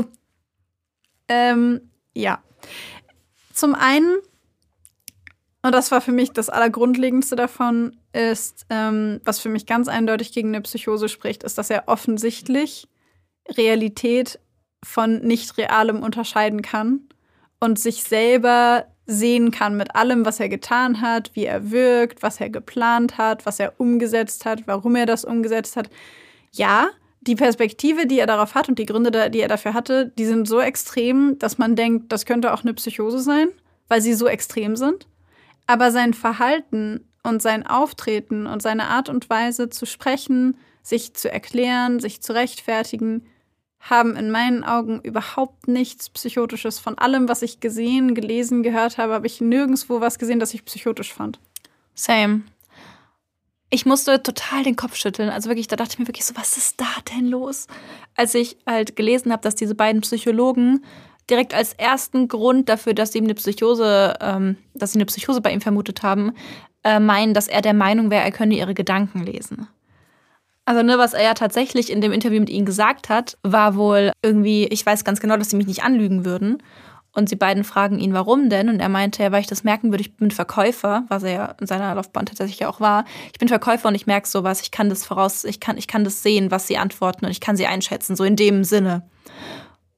ja. Zum einen, und das war für mich das Allergrundlegendste davon, ist, was für mich ganz eindeutig gegen eine Psychose spricht, ist, dass er offensichtlich Realität von nicht Realem unterscheiden kann und sich selber sehen kann mit allem, was er getan hat, wie er wirkt, was er geplant hat, was er umgesetzt hat, warum er das umgesetzt hat. Ja, die Perspektive, die er darauf hat und die Gründe, die er dafür hatte, die sind so extrem, dass man denkt, das könnte auch eine Psychose sein, weil sie so extrem sind. Aber sein Verhalten und sein Auftreten und seine Art und Weise zu sprechen, sich zu erklären, sich zu rechtfertigen, haben in meinen Augen überhaupt nichts Psychotisches. Von allem, was ich gesehen, gelesen, gehört habe, habe ich nirgendwo was gesehen, das ich psychotisch fand. Same. Ich musste total den Kopf schütteln. Also wirklich, da dachte ich mir wirklich so, was ist da denn los? Als ich halt gelesen habe, dass diese beiden Psychologen direkt als ersten Grund dafür, dass sie eine Psychose bei ihm vermutet haben, meinen, dass er der Meinung wäre, er könne ihre Gedanken lesen. Also was er ja tatsächlich in dem Interview mit ihnen gesagt hat, war wohl irgendwie, ich weiß ganz genau, dass sie mich nicht anlügen würden. Und sie beiden fragen ihn, warum denn? Und er meinte, ja, weil ich das merken würde, ich bin Verkäufer, was er ja in seiner Laufbahn tatsächlich ja auch war. Ich bin Verkäufer und ich merke sowas, ich kann das ich kann das sehen, was sie antworten und ich kann sie einschätzen, so in dem Sinne.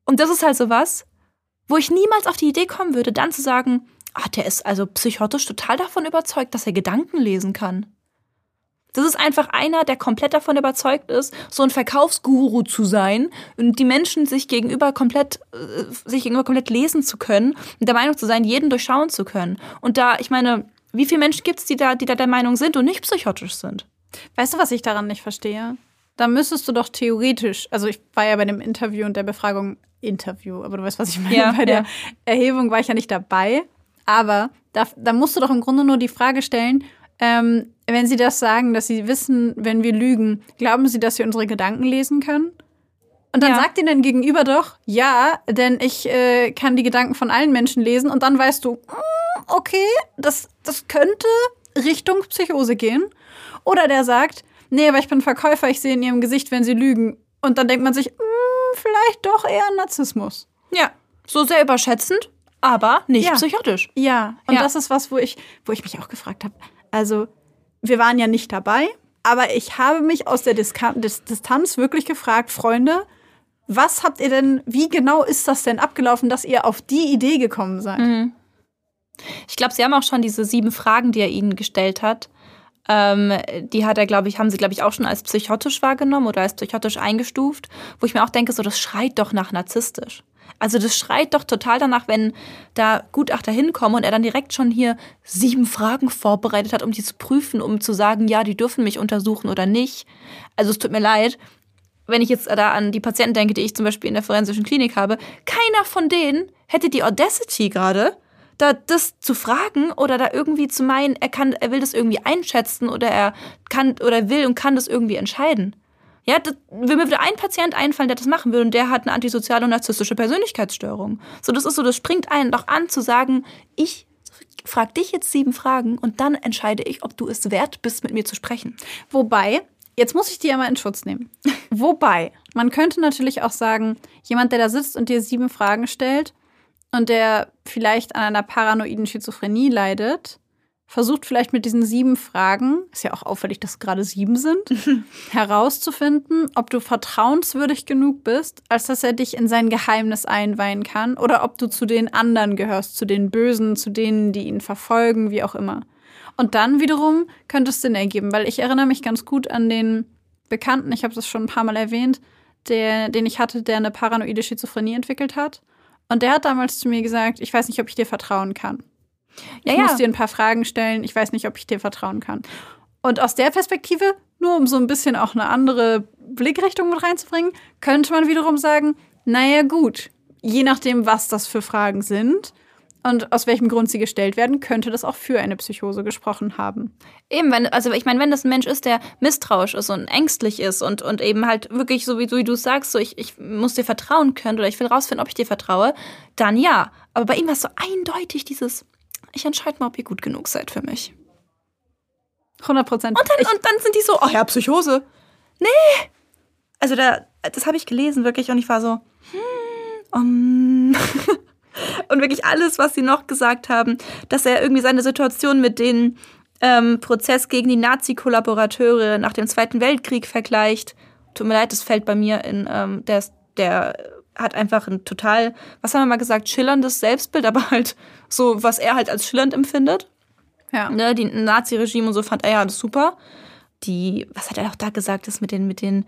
Und das ist halt sowas, wo ich niemals auf die Idee kommen würde, dann zu sagen, der ist also psychotisch total davon überzeugt, dass er Gedanken lesen kann. Das ist einfach einer, der komplett davon überzeugt ist, so ein Verkaufsguru zu sein und die Menschen sich gegenüber komplett lesen zu können und der Meinung zu sein, jeden durchschauen zu können. Und da, ich meine, wie viele Menschen gibt es, die da der Meinung sind und nicht psychotisch sind? Weißt du, was ich daran nicht verstehe? Da müsstest du doch theoretisch, also ich war ja bei dem Interview und der Befragung, aber du weißt, was ich meine. Ja, bei der Erhebung war ich ja nicht dabei, aber da musst du doch im Grunde nur die Frage stellen, wenn Sie das sagen, dass Sie wissen, wenn wir lügen, glauben Sie, dass wir unsere Gedanken lesen können? Und dann sagt Ihnen gegenüber doch, ja, denn ich kann die Gedanken von allen Menschen lesen. Und dann weißt du, okay, das könnte Richtung Psychose gehen. Oder der sagt, nee, aber ich bin Verkäufer, ich sehe in Ihrem Gesicht, wenn Sie lügen. Und dann denkt man sich, vielleicht doch eher Narzissmus. Ja, so sehr überschätzend, aber nicht psychotisch. Ja, und das ist was, wo ich mich auch gefragt habe. Also, wir waren ja nicht dabei, aber ich habe mich aus der Distanz wirklich gefragt, Freunde, was habt ihr denn, wie genau ist das denn abgelaufen, dass ihr auf die Idee gekommen seid? Mhm. Ich glaube, Sie haben auch schon diese 7 Fragen, die er Ihnen gestellt hat. Die hat er, haben Sie, glaube ich, auch schon als psychotisch wahrgenommen oder als psychotisch eingestuft, wo ich mir auch denke, so, das schreit doch nach narzisstisch. Also das schreit doch total danach, wenn da Gutachter hinkommen und er dann direkt schon hier 7 Fragen vorbereitet hat, um die zu prüfen, um zu sagen, ja, die dürfen mich untersuchen oder nicht. Also es tut mir leid, wenn ich jetzt da an die Patienten denke, die ich zum Beispiel in der forensischen Klinik habe, keiner von denen hätte die Audacity gerade, da das zu fragen oder da irgendwie zu meinen, er will das irgendwie einschätzen oder er kann oder will und kann das irgendwie entscheiden. Ja, mir würde ein Patient einfallen, der das machen würde und der hat eine antisoziale und narzisstische Persönlichkeitsstörung. So, das ist so, das springt einen doch an zu sagen, ich frage dich jetzt 7 Fragen und dann entscheide ich, ob du es wert bist, mit mir zu sprechen. Wobei, jetzt muss ich die ja mal in Schutz nehmen. Wobei, man könnte natürlich auch sagen, jemand, der da sitzt und dir 7 Fragen stellt und der vielleicht an einer paranoiden Schizophrenie leidet, versucht vielleicht mit diesen 7 Fragen, ist ja auch auffällig, dass es gerade 7 sind, herauszufinden, ob du vertrauenswürdig genug bist, als dass er dich in sein Geheimnis einweihen kann oder ob du zu den anderen gehörst, zu den Bösen, zu denen, die ihn verfolgen, wie auch immer. Und dann wiederum könnte es Sinn ergeben, weil ich erinnere mich ganz gut an den Bekannten, ich habe das schon ein paar Mal erwähnt, den ich hatte, der eine paranoide Schizophrenie entwickelt hat. Und der hat damals zu mir gesagt, ich weiß nicht, ob ich dir vertrauen kann. Ich muss dir ein paar Fragen stellen, ich weiß nicht, ob ich dir vertrauen kann. Und aus der Perspektive, nur um so ein bisschen auch eine andere Blickrichtung mit reinzubringen, könnte man wiederum sagen, naja gut, je nachdem, was das für Fragen sind und aus welchem Grund sie gestellt werden, könnte das auch für eine Psychose gesprochen haben. Eben, wenn das ein Mensch ist, der misstrauisch ist und ängstlich ist und eben halt wirklich, so wie du es sagst, so ich muss dir vertrauen können oder ich will rausfinden, ob ich dir vertraue, dann ja. Aber bei ihm war es so eindeutig dieses, ich entscheide mal, ob ihr gut genug seid für mich. 100%. Und dann sind die so, oh ja, Psychose. Nee. Also das habe ich gelesen wirklich und ich war so, und wirklich alles, was sie noch gesagt haben, dass er irgendwie seine Situation mit den Prozess gegen die Nazi-Kollaborateure nach dem Zweiten Weltkrieg vergleicht. Tut mir leid, das fällt bei mir in, der hat einfach ein total, was haben wir mal gesagt, schillerndes Selbstbild, aber halt so, was er halt als schillernd empfindet. Ja. Ne, die Nazi-Regime und so fand er ja das super. Was hat er auch da gesagt, das mit den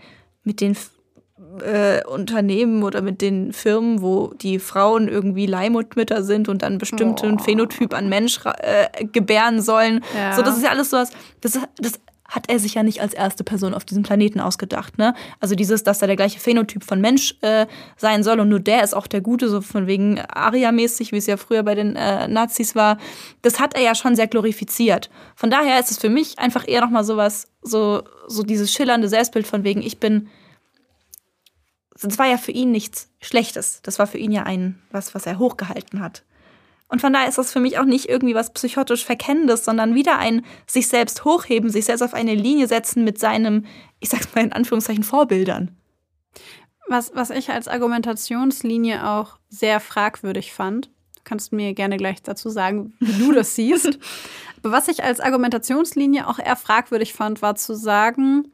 Unternehmen oder mit den Firmen, wo die Frauen irgendwie Leihmuttermütter sind und dann bestimmten Phänotyp an Mensch gebären sollen. Ja. So, das ist ja alles sowas, das hat er sich ja nicht als erste Person auf diesem Planeten ausgedacht, ne? Also dass da der gleiche Phänotyp von Mensch sein soll und nur der ist auch der Gute, so von wegen Aria-mäßig, wie es ja früher bei den Nazis war. Das hat er ja schon sehr glorifiziert. Von daher ist es für mich einfach eher nochmal sowas, so dieses schillernde Selbstbild von wegen, das war ja für ihn nichts Schlechtes. Das war für ihn ja was er hochgehalten hat. Und von daher ist das für mich auch nicht irgendwie was psychotisch Verkennendes, sondern wieder ein sich selbst hochheben, sich selbst auf eine Linie setzen mit seinem, ich sag's mal in Anführungszeichen, Vorbildern. Was ich als Argumentationslinie auch sehr fragwürdig fand, du kannst mir gerne gleich dazu sagen, wie du das siehst, aber was ich als Argumentationslinie auch eher fragwürdig fand, war zu sagen,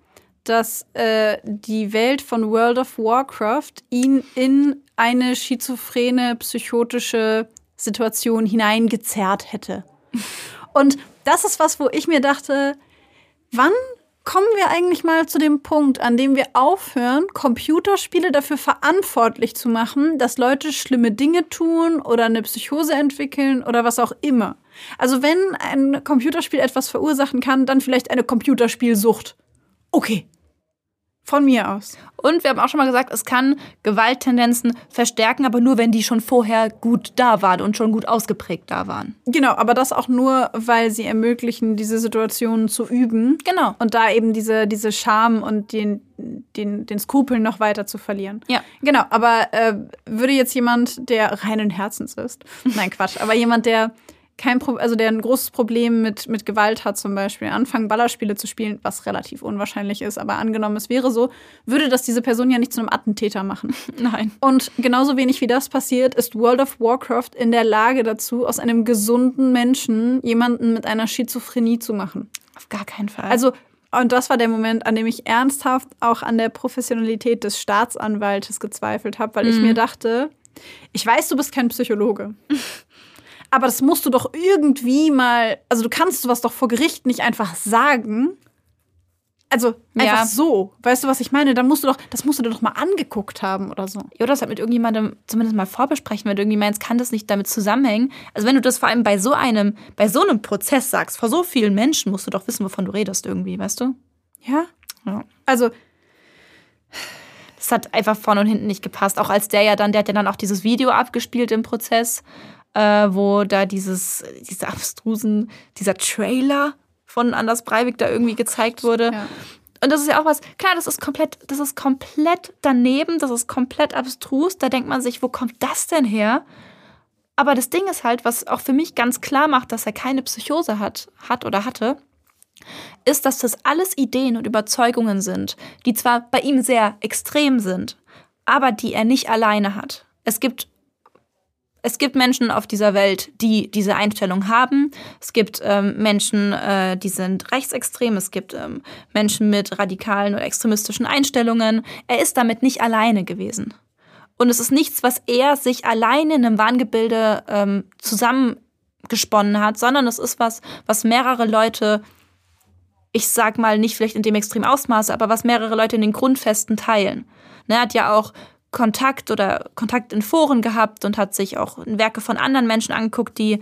dass die Welt von World of Warcraft ihn in eine schizophrene, psychotische Situation hineingezerrt hätte. Und das ist was, wo ich mir dachte, wann kommen wir eigentlich mal zu dem Punkt, an dem wir aufhören, Computerspiele dafür verantwortlich zu machen, dass Leute schlimme Dinge tun oder eine Psychose entwickeln oder was auch immer. Also wenn ein Computerspiel etwas verursachen kann, dann vielleicht eine Computerspielsucht. Okay. Von mir aus. Und wir haben auch schon mal gesagt, es kann Gewalttendenzen verstärken, aber nur, wenn die schon vorher gut da waren und schon gut ausgeprägt da waren. Genau, aber das auch nur, weil sie ermöglichen, diese Situationen zu üben. Genau. Und da eben diese Scham und den Skrupeln noch weiter zu verlieren. Ja. Genau, aber würde jetzt jemand, der reinen Herzens ist, nein, Quatsch, aber jemand, der der ein großes Problem mit Gewalt hat, zum Beispiel, anfangen, Ballerspiele zu spielen, was relativ unwahrscheinlich ist, aber angenommen, es wäre so, würde das diese Person ja nicht zu einem Attentäter machen. Nein. Und genauso wenig wie das passiert, ist World of Warcraft in der Lage dazu, aus einem gesunden Menschen jemanden mit einer Schizophrenie zu machen. Auf gar keinen Fall. Also, und das war der Moment, an dem ich ernsthaft auch an der Professionalität des Staatsanwaltes gezweifelt habe, weil ich mir dachte, ich weiß, du bist kein Psychologe. Aber das musst du doch irgendwie mal, also du kannst sowas doch vor Gericht nicht einfach sagen. Also einfach so. Weißt du, was ich meine? Das musst du dir doch mal angeguckt haben oder so. Ja, das halt mit irgendjemandem zumindest mal vorbesprechen, wenn du irgendwie meinst, kann das nicht damit zusammenhängen. Also wenn du das vor allem bei so einem Prozess sagst, vor so vielen Menschen, musst du doch wissen, wovon du redest irgendwie, weißt du? Ja. Also das hat einfach vorne und hinten nicht gepasst. Auch als der hat ja dann auch dieses Video abgespielt im Prozess, wo da dieser Trailer von Anders Breivik da irgendwie gezeigt wurde. Ja. Und das ist ja auch was, klar, das ist komplett daneben, das ist komplett abstrus. Da denkt man sich, wo kommt das denn her? Aber das Ding ist halt, was auch für mich ganz klar macht, dass er keine Psychose hat oder hatte, ist, dass das alles Ideen und Überzeugungen sind, die zwar bei ihm sehr extrem sind, aber die er nicht alleine hat. Es gibt Menschen auf dieser Welt, die diese Einstellung haben. Es gibt Menschen, die sind rechtsextrem. Es gibt Menschen mit radikalen oder extremistischen Einstellungen. Er ist damit nicht alleine gewesen. Und es ist nichts, was er sich alleine in einem Wahngebilde zusammengesponnen hat, sondern es ist was mehrere Leute, ich sag mal nicht vielleicht in dem extremen Ausmaße, aber was mehrere Leute in den Grundfesten teilen. Er hat ja auch Kontakt in Foren gehabt und hat sich auch Werke von anderen Menschen angeguckt, die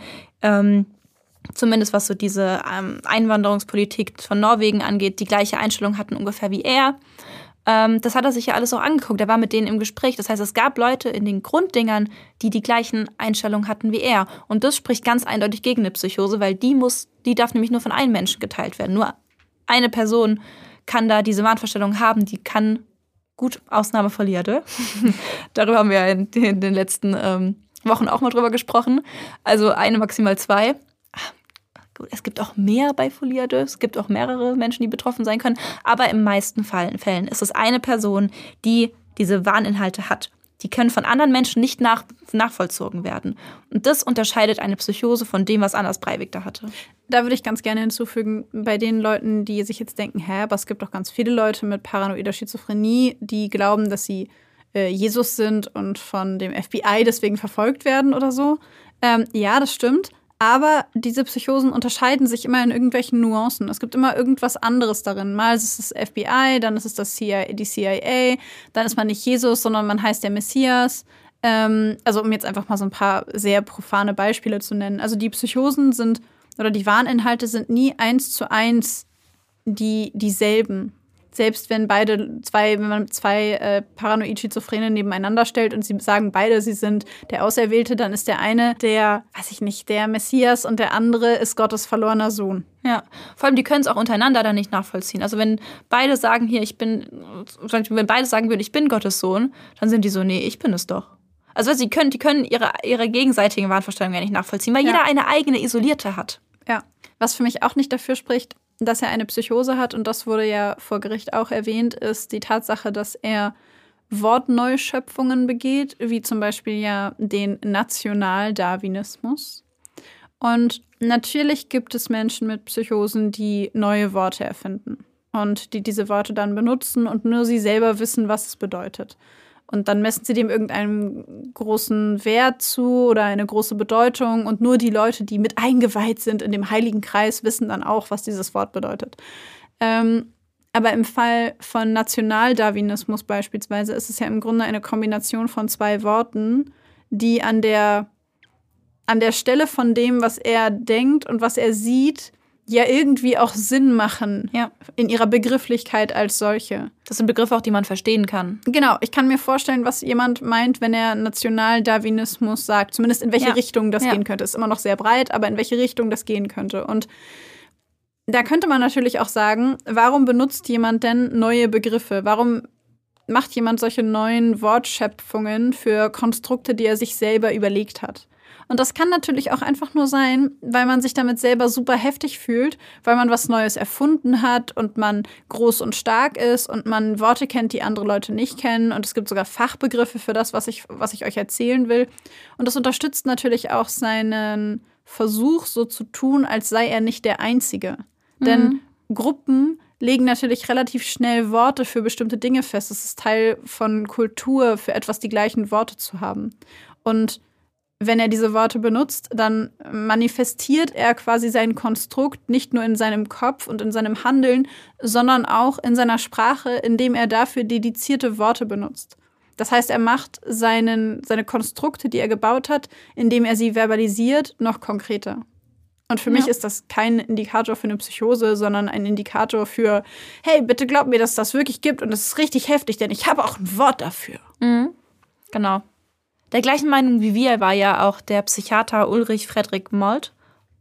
zumindest was so diese Einwanderungspolitik von Norwegen angeht, die gleiche Einstellung hatten ungefähr wie er. Das hat er sich ja alles auch angeguckt. Er war mit denen im Gespräch. Das heißt, es gab Leute in den Grunddingern, die gleichen Einstellungen hatten wie er. Und das spricht ganz eindeutig gegen eine Psychose, weil die darf nämlich nur von einem Menschen geteilt werden. Nur eine Person kann da diese Wahnvorstellung haben, die kann. Gut, Ausnahme Foliade. Darüber haben wir in den letzten Wochen auch mal drüber gesprochen. Also eine, maximal zwei. Gut, es gibt auch mehr bei Foliade. Es gibt auch mehrere Menschen, die betroffen sein können. Aber im meisten Fällen ist es eine Person, die diese Wahninhalte hat. Die können von anderen Menschen nicht nachvollzogen werden. Und das unterscheidet eine Psychose von dem, was Anders Breivik da hatte. Da würde ich ganz gerne hinzufügen, bei den Leuten, die sich jetzt denken, aber es gibt doch ganz viele Leute mit paranoider Schizophrenie, die glauben, dass sie Jesus sind und von dem FBI deswegen verfolgt werden oder so. Ja, das stimmt. Aber diese Psychosen unterscheiden sich immer in irgendwelchen Nuancen. Es gibt immer irgendwas anderes darin. Mal ist es das FBI, dann ist es die CIA, dann ist man nicht Jesus, sondern man heißt der Messias. Also um jetzt einfach mal so ein paar sehr profane Beispiele zu nennen. Also die Psychosen die Wahninhalte sind nie 1:1 dieselben. Selbst wenn man zwei Paranoid-Schizophrene nebeneinander stellt und sie sagen beide, sie sind der Auserwählte, dann ist der eine der Messias und der andere ist Gottes verlorener Sohn. Ja, vor allem die können es auch untereinander dann nicht nachvollziehen. Also wenn beide sagen wenn beide sagen würden, ich bin Gottes Sohn, dann sind die so, nee, ich bin es doch. Also die können ihre gegenseitigen Wahnvorstellungen ja nicht nachvollziehen, weil jeder eine eigene isolierte hat. Ja, was für mich auch nicht dafür spricht, dass er eine Psychose hat, und das wurde ja vor Gericht auch erwähnt, ist die Tatsache, dass er Wortneuschöpfungen begeht, wie zum Beispiel ja den Nationaldarwinismus. Und natürlich gibt es Menschen mit Psychosen, die neue Worte erfinden. und die diese Worte dann benutzen und nur sie selber wissen, was es bedeutet. Und dann messen sie dem irgendeinen großen Wert zu oder eine große Bedeutung. Und nur die Leute, die mit eingeweiht sind in dem heiligen Kreis, wissen dann auch, was dieses Wort bedeutet. Aber im Fall von Nationaldarwinismus beispielsweise ist es ja im Grunde eine Kombination von 2 Worten, die an der Stelle von dem, was er denkt und was er sieht, ja irgendwie auch Sinn machen, ja, in ihrer Begrifflichkeit als solche. Das sind Begriffe auch, die man verstehen kann. Genau, ich kann mir vorstellen, was jemand meint, wenn er Nationaldarwinismus sagt. Zumindest in welche Richtung das gehen könnte. Ist immer noch sehr breit, aber in welche Richtung das gehen könnte. Und da könnte man natürlich auch sagen, warum benutzt jemand denn neue Begriffe? Warum macht jemand solche neuen Wortschöpfungen für Konstrukte, die er sich selber überlegt hat? Und das kann natürlich auch einfach nur sein, weil man sich damit selber super heftig fühlt, weil man was Neues erfunden hat und man groß und stark ist und man Worte kennt, die andere Leute nicht kennen. Und es gibt sogar Fachbegriffe für das, was ich euch erzählen will. Und das unterstützt natürlich auch seinen Versuch, so zu tun, als sei er nicht der Einzige. Denn Gruppen legen natürlich relativ schnell Worte für bestimmte Dinge fest. Es ist Teil von Kultur, für etwas die gleichen Worte zu haben. Und wenn er diese Worte benutzt, dann manifestiert er quasi sein Konstrukt nicht nur in seinem Kopf und in seinem Handeln, sondern auch in seiner Sprache, indem er dafür dedizierte Worte benutzt. Das heißt, er macht seine Konstrukte, die er gebaut hat, indem er sie verbalisiert, noch konkreter. Und für mich ist das kein Indikator für eine Psychose, sondern ein Indikator für, hey, bitte glaub mir, dass es das wirklich gibt und es ist richtig heftig, denn ich habe auch ein Wort dafür. Mhm. Genau. Der gleichen Meinung wie wir war ja auch der Psychiater Ulrich Friedrich Malt.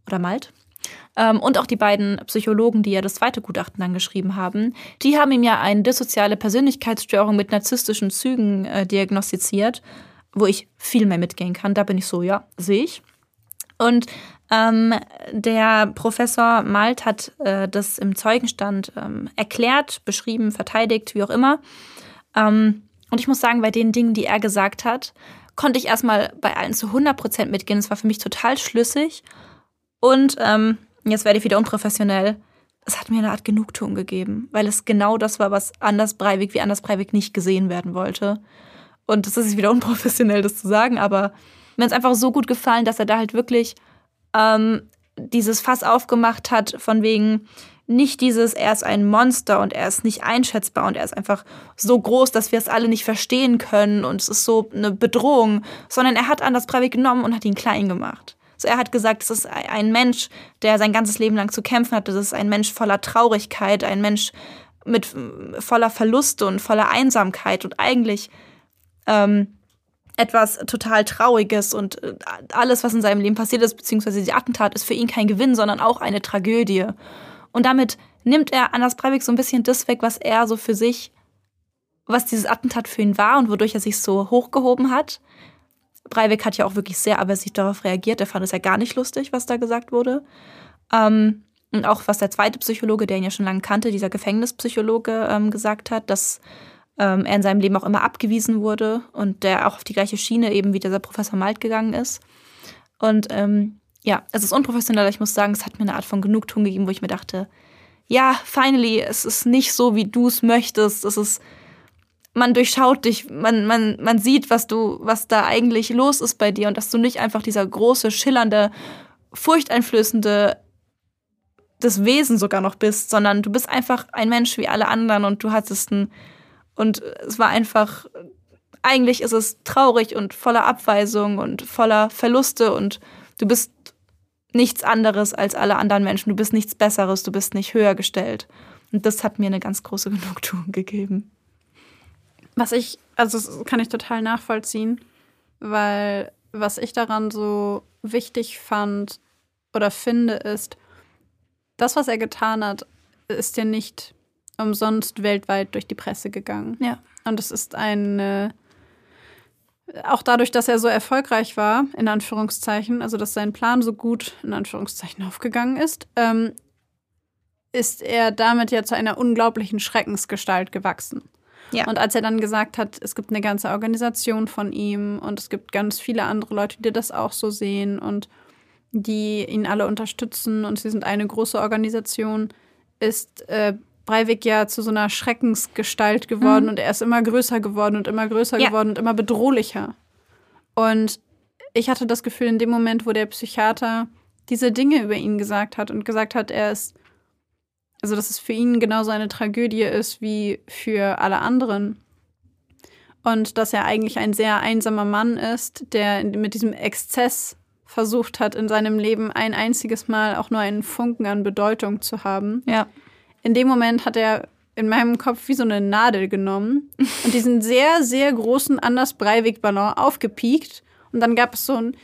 Und auch die beiden Psychologen, die ja das zweite Gutachten dann geschrieben haben. Die haben ihm ja eine dissoziale Persönlichkeitsstörung mit narzisstischen Zügen diagnostiziert, wo ich viel mehr mitgehen kann. Da bin ich so, ja, sehe ich. Und der Professor Malt hat das im Zeugenstand erklärt, beschrieben, verteidigt, wie auch immer. Und ich muss sagen, bei den Dingen, die er gesagt hat, konnte ich erstmal bei allen zu 100% mitgehen. Es war für mich total schlüssig. Und jetzt werde ich wieder unprofessionell. Es hat mir eine Art Genugtuung gegeben, weil es genau das war, was Anders Breivik nicht gesehen werden wollte. Und das ist wieder unprofessionell, das zu sagen, aber mir ist einfach so gut gefallen, dass er da halt wirklich dieses Fass aufgemacht hat, von wegen nicht dieses, er ist ein Monster und er ist nicht einschätzbar und er ist einfach so groß, dass wir es alle nicht verstehen können und es ist so eine Bedrohung, sondern er hat Anders Breivik genommen und hat ihn klein gemacht. So, er hat gesagt, es ist ein Mensch, der sein ganzes Leben lang zu kämpfen hat, das ist ein Mensch voller Traurigkeit, ein Mensch mit voller Verluste und voller Einsamkeit und eigentlich etwas total Trauriges und alles, was in seinem Leben passiert ist, beziehungsweise die Attentat, ist für ihn kein Gewinn, sondern auch eine Tragödie. Und damit nimmt er Anders Breivik so ein bisschen das weg, was er so für sich, was dieses Attentat für ihn war und wodurch er sich so hochgehoben hat. Breivik hat ja auch wirklich sehr aversiv darauf reagiert. Er fand es ja gar nicht lustig, was da gesagt wurde. Und auch was der zweite Psychologe, der ihn ja schon lange kannte, dieser Gefängnispsychologe, gesagt hat, dass er in seinem Leben auch immer abgewiesen wurde und der auch auf die gleiche Schiene eben wie dieser Professor Malt gegangen ist. Und ja, es ist unprofessionell, ich muss sagen, es hat mir eine Art von Genugtuung gegeben, wo ich mir dachte, ja, finally, es ist nicht so, wie du es möchtest. Es ist, man durchschaut dich, man sieht, was da eigentlich los ist bei dir und dass du nicht einfach dieser große, schillernde, furchteinflößende das Wesen sogar noch bist, sondern du bist einfach ein Mensch wie alle anderen und du hattest und es war einfach, eigentlich ist es traurig und voller Abweisung und voller Verluste und du bist nichts anderes als alle anderen Menschen. Du bist nichts Besseres, du bist nicht höher gestellt. Und das hat mir eine ganz große Genugtuung gegeben. Das kann ich total nachvollziehen, weil was ich daran so wichtig fand oder finde, ist, das, was er getan hat, ist ja nicht umsonst weltweit durch die Presse gegangen. Ja. Und es ist auch dadurch, dass er so erfolgreich war, in Anführungszeichen, also dass sein Plan so gut, in Anführungszeichen, aufgegangen ist, ist er damit ja zu einer unglaublichen Schreckensgestalt gewachsen. Ja. Und als er dann gesagt hat, es gibt eine ganze Organisation von ihm und es gibt ganz viele andere Leute, die das auch so sehen und die ihn alle unterstützen und sie sind eine große Organisation, ist Breivik ja zu so einer Schreckensgestalt geworden und er ist immer größer geworden und immer größer geworden und immer bedrohlicher. Und ich hatte das Gefühl, in dem Moment, wo der Psychiater diese Dinge über ihn gesagt hat und gesagt hat, dass es für ihn genauso eine Tragödie ist wie für alle anderen. Und dass er eigentlich ein sehr einsamer Mann ist, der mit diesem Exzess versucht hat, in seinem Leben ein einziges Mal auch nur einen Funken an Bedeutung zu haben. Ja. In dem Moment hat er in meinem Kopf wie so eine Nadel genommen und diesen sehr, sehr großen Anders Breivik-Ballon aufgepiekt. Und dann gab es so ein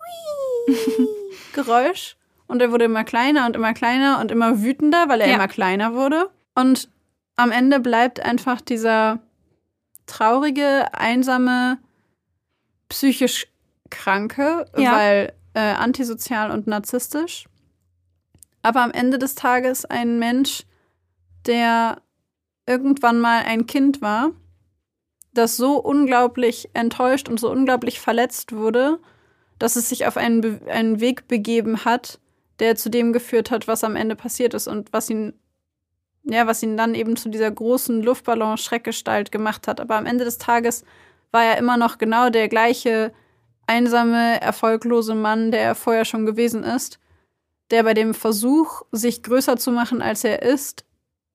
Geräusch. Und er wurde immer kleiner und immer wütender, weil er immer kleiner wurde. Und am Ende bleibt einfach dieser traurige, einsame, psychisch Kranke, weil antisozial und narzisstisch. Aber am Ende des Tages ein Mensch, der irgendwann mal ein Kind war, das so unglaublich enttäuscht und so unglaublich verletzt wurde, dass es sich auf einen Weg begeben hat, der zu dem geführt hat, was am Ende passiert ist und was ihn dann eben zu dieser großen Luftballon-Schreckgestalt gemacht hat. Aber am Ende des Tages war er immer noch genau der gleiche einsame, erfolglose Mann, der er vorher schon gewesen ist, der bei dem Versuch, sich größer zu machen, als er ist,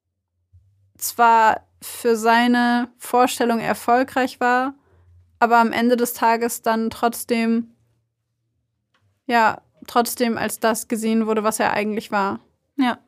zwar für seine Vorstellung erfolgreich war, aber am Ende des Tages dann trotzdem als das gesehen wurde, was er eigentlich war. Ja.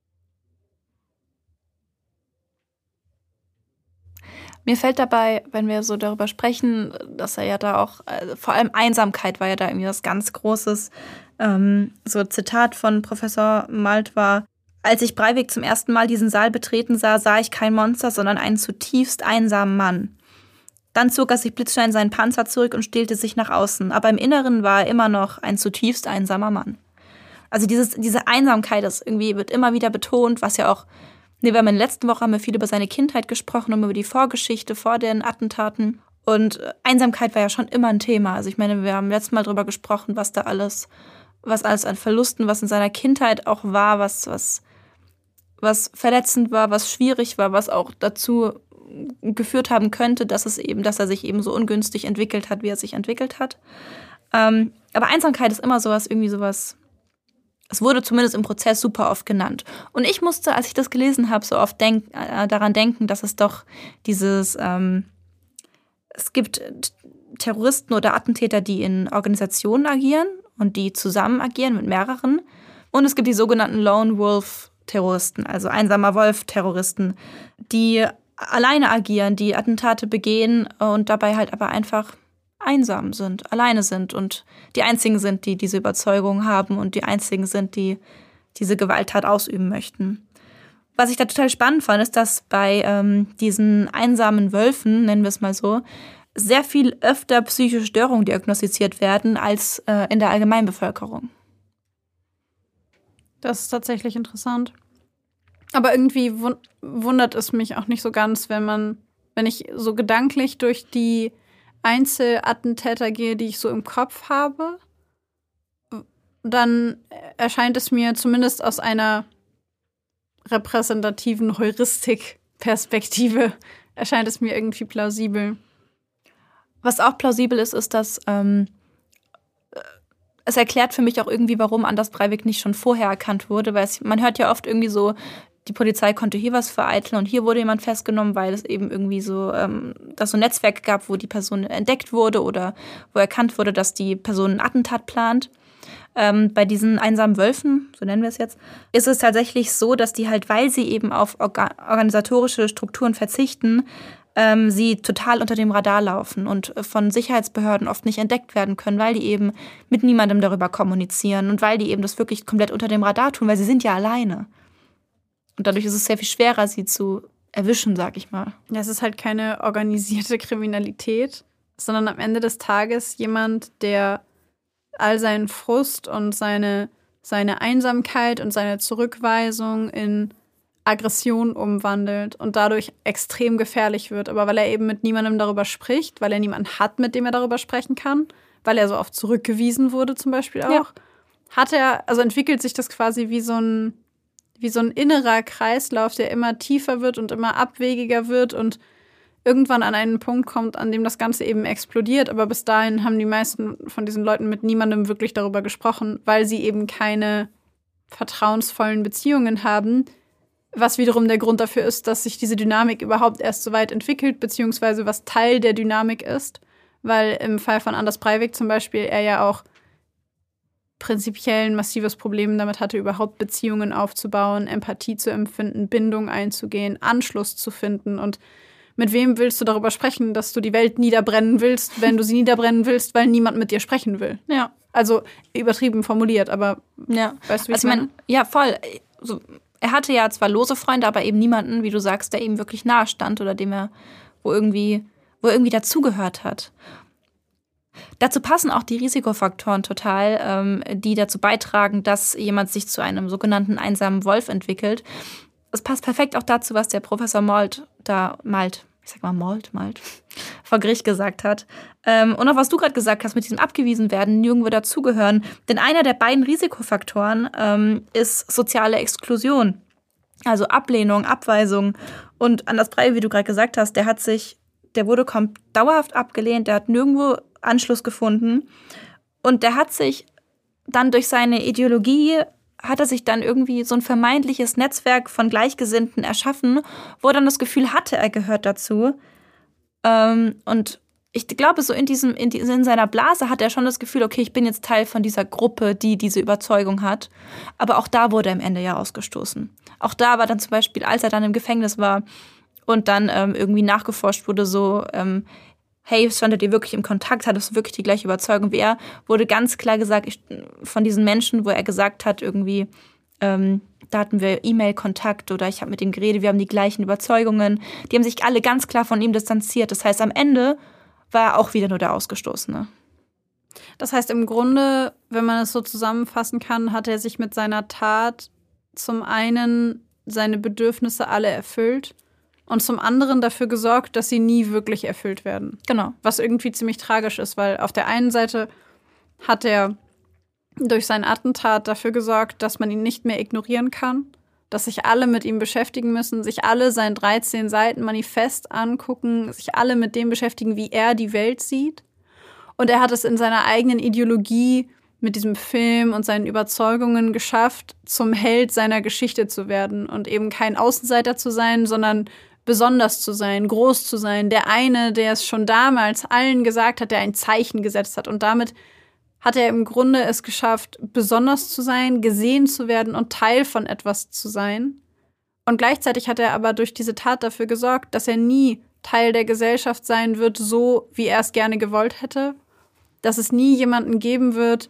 Mir fällt dabei, wenn wir so darüber sprechen, dass er ja da auch, vor allem Einsamkeit war ja da irgendwie was ganz Großes. So Zitat von Professor Malt war: Als ich Breivik zum ersten Mal diesen Saal betreten sah, sah ich kein Monster, sondern einen zutiefst einsamen Mann. Dann zog er sich blitzschnell in seinen Panzer zurück und stellte sich nach außen. Aber im Inneren war er immer noch ein zutiefst einsamer Mann. Also diese Einsamkeit, das irgendwie wird immer wieder betont, was ja auch, wir haben in der letzten Woche haben wir viel über seine Kindheit gesprochen und über die Vorgeschichte vor den Attentaten. Und Einsamkeit war ja schon immer ein Thema. Also ich meine, wir haben letztes Mal drüber gesprochen, was alles an Verlusten, was in seiner Kindheit auch war, was verletzend war, was schwierig war, was auch dazu geführt haben könnte, dass er sich eben so ungünstig entwickelt hat, wie er sich entwickelt hat. Aber Einsamkeit ist immer sowas, es wurde zumindest im Prozess super oft genannt. Und ich musste, als ich das gelesen habe, so oft daran denken, dass es doch es gibt Terroristen oder Attentäter, die in Organisationen agieren und die zusammen agieren mit mehreren. Und es gibt die sogenannten Lone Wolf Terroristen, also einsamer Wolf-Terroristen, die alleine agieren, die Attentate begehen und dabei halt aber einfach einsam sind, alleine sind und die einzigen sind, die diese Überzeugung haben und die einzigen sind, die diese Gewalttat ausüben möchten. Was ich da total spannend fand, ist, dass bei diesen einsamen Wölfen, nennen wir es mal so, sehr viel öfter psychische Störungen diagnostiziert werden als in der Allgemeinbevölkerung. Das ist tatsächlich interessant. Aber irgendwie wundert es mich auch nicht so ganz, wenn ich so gedanklich durch die Einzelattentäter gehe, die ich so im Kopf habe, dann erscheint es mir zumindest aus einer repräsentativen Heuristik-Perspektive erscheint es mir irgendwie plausibel. Was auch plausibel ist, dass es erklärt für mich auch irgendwie, warum Anders Breivik nicht schon vorher erkannt wurde, weil man hört ja oft irgendwie so, die Polizei konnte hier was vereiteln und hier wurde jemand festgenommen, weil es eben irgendwie so, dass so ein Netzwerk gab, wo die Person entdeckt wurde oder wo erkannt wurde, dass die Person ein Attentat plant. Bei diesen einsamen Wölfen, so nennen wir es jetzt, ist es tatsächlich so, dass die halt, weil sie eben auf organisatorische Strukturen verzichten, sie total unter dem Radar laufen und von Sicherheitsbehörden oft nicht entdeckt werden können, weil die eben mit niemandem darüber kommunizieren und weil die eben das wirklich komplett unter dem Radar tun, weil sie sind ja alleine. Und dadurch ist es sehr viel schwerer, sie zu erwischen, sag ich mal. Ja, es ist halt keine organisierte Kriminalität, sondern am Ende des Tages jemand, der all seinen Frust und seine Einsamkeit und seine Zurückweisung in Aggression umwandelt und dadurch extrem gefährlich wird. Aber weil er eben mit niemandem darüber spricht, weil er niemanden hat, mit dem er darüber sprechen kann, weil er so oft zurückgewiesen wurde zum Beispiel auch, entwickelt sich das quasi wie so wie so ein innerer Kreislauf, der immer tiefer wird und immer abwegiger wird und irgendwann an einen Punkt kommt, an dem das Ganze eben explodiert. Aber bis dahin haben die meisten von diesen Leuten mit niemandem wirklich darüber gesprochen, weil sie eben keine vertrauensvollen Beziehungen haben, was wiederum der Grund dafür ist, dass sich diese Dynamik überhaupt erst so weit entwickelt, beziehungsweise was Teil der Dynamik ist. Weil im Fall von Anders Breivik zum Beispiel er ja auch prinzipiell ein massives Problem damit hatte, überhaupt Beziehungen aufzubauen, Empathie zu empfinden, Bindung einzugehen, Anschluss zu finden. Und mit wem willst du darüber sprechen, dass du die Welt niederbrennen willst, wenn du sie niederbrennen willst, weil niemand mit dir sprechen will? Ja. Also übertrieben formuliert, aber ja. Weißt du, wie also ich meine? Ja, voll. So, er hatte ja zwar lose Freunde, aber eben niemanden, wie du sagst, der ihm wirklich nahe stand oder dem er wo irgendwie dazugehört hat. Dazu passen auch die Risikofaktoren total, die dazu beitragen, dass jemand sich zu einem sogenannten einsamen Wolf entwickelt. Es passt perfekt auch dazu, was der Professor Malt vor Gericht gesagt hat. Und auch was du gerade gesagt hast mit diesem abgewiesen werden, nirgendwo dazugehören. Denn einer der beiden Risikofaktoren ist soziale Exklusion. Also Ablehnung, Abweisung. Und Anders Breivik, wie du gerade gesagt hast, der wurde dauerhaft abgelehnt, der hat nirgendwo Anschluss gefunden. Und der hat sich dann durch seine Ideologie, hat er sich dann irgendwie so ein vermeintliches Netzwerk von Gleichgesinnten erschaffen, wo er dann das Gefühl hatte, er gehört dazu. Und ich glaube, so in seiner Blase hat er schon das Gefühl, okay, ich bin jetzt Teil von dieser Gruppe, die diese Überzeugung hat. Aber auch da wurde er am Ende ja ausgestoßen. Auch da war dann zum Beispiel, als er dann im Gefängnis war und dann irgendwie nachgeforscht wurde, so hey, standet ihr wirklich im Kontakt, hattest du wirklich die gleiche Überzeugung wie er, wurde ganz klar gesagt, von diesen Menschen, wo er gesagt hat, irgendwie, da hatten wir E-Mail-Kontakt oder ich habe mit ihm geredet, wir haben die gleichen Überzeugungen, die haben sich alle ganz klar von ihm distanziert. Das heißt, am Ende war er auch wieder nur der Ausgestoßene. Das heißt, im Grunde, wenn man es so zusammenfassen kann, hat er sich mit seiner Tat zum einen seine Bedürfnisse alle erfüllt und zum anderen dafür gesorgt, dass sie nie wirklich erfüllt werden. Genau. Was irgendwie ziemlich tragisch ist, weil auf der einen Seite hat er durch sein Attentat dafür gesorgt, dass man ihn nicht mehr ignorieren kann, dass sich alle mit ihm beschäftigen müssen, sich alle sein 13 Seiten Manifest angucken, sich alle mit dem beschäftigen, wie er die Welt sieht. Und er hat es in seiner eigenen Ideologie mit diesem Film und seinen Überzeugungen geschafft, zum Held seiner Geschichte zu werden und eben kein Außenseiter zu sein, sondern besonders zu sein, groß zu sein, der eine, der es schon damals allen gesagt hat, der ein Zeichen gesetzt hat. Und damit hat er im Grunde es geschafft, besonders zu sein, gesehen zu werden und Teil von etwas zu sein. Und gleichzeitig hat er aber durch diese Tat dafür gesorgt, dass er nie Teil der Gesellschaft sein wird, so wie er es gerne gewollt hätte. Dass es nie jemanden geben wird,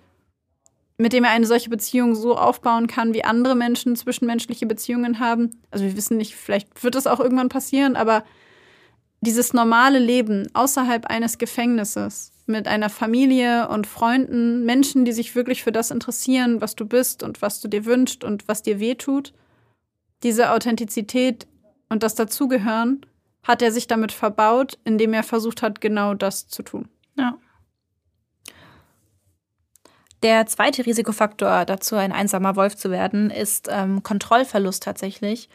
mit dem er eine solche Beziehung so aufbauen kann, wie andere Menschen zwischenmenschliche Beziehungen haben. Also wir wissen nicht, vielleicht wird das auch irgendwann passieren, aber dieses normale Leben außerhalb eines Gefängnisses mit einer Familie und Freunden, Menschen, die sich wirklich für das interessieren, was du bist und was du dir wünschst und was dir wehtut, diese Authentizität und das Dazugehören hat er sich damit verbaut, indem er versucht hat, genau das zu tun. Ja. Der zweite Risikofaktor dazu, ein einsamer Wolf zu werden, ist Kontrollverlust tatsächlich.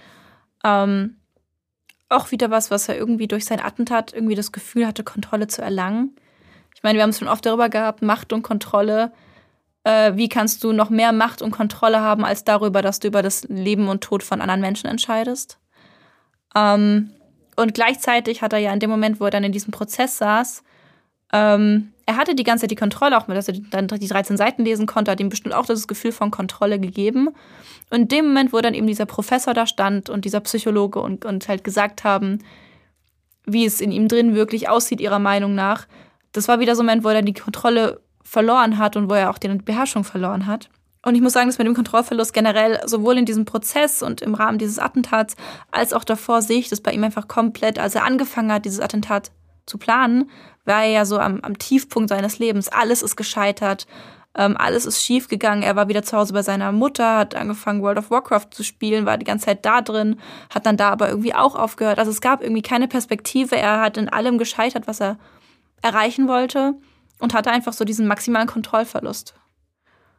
Auch wieder was er irgendwie durch sein Attentat irgendwie das Gefühl hatte, Kontrolle zu erlangen. Ich meine, wir haben es schon oft darüber gehabt, Macht und Kontrolle. Wie kannst du noch mehr Macht und Kontrolle haben, als darüber, dass du über das Leben und Tod von anderen Menschen entscheidest? Und gleichzeitig hat er ja in dem Moment, wo er dann in diesem Prozess saß, er hatte die ganze Zeit die Kontrolle, auch dass er dann die 13 Seiten lesen konnte, hat ihm bestimmt auch das Gefühl von Kontrolle gegeben. Und in dem Moment, wo dann eben dieser Professor da stand und dieser Psychologe und halt gesagt haben, wie es in ihm drin wirklich aussieht, ihrer Meinung nach, das war wieder so ein Moment, wo er dann die Kontrolle verloren hat und wo er auch die Beherrschung verloren hat. Und ich muss sagen, dass mit dem Kontrollverlust generell sowohl in diesem Prozess und im Rahmen dieses Attentats als auch davor sehe ich das bei ihm einfach komplett, als er angefangen hat, dieses Attentat zu planen, war er ja so am Tiefpunkt seines Lebens. Alles ist gescheitert, alles ist schief gegangen. Er war wieder zu Hause bei seiner Mutter, hat angefangen, World of Warcraft zu spielen, war die ganze Zeit da drin, hat dann da aber irgendwie auch aufgehört. Also es gab irgendwie keine Perspektive. Er hat in allem gescheitert, was er erreichen wollte und hatte einfach so diesen maximalen Kontrollverlust.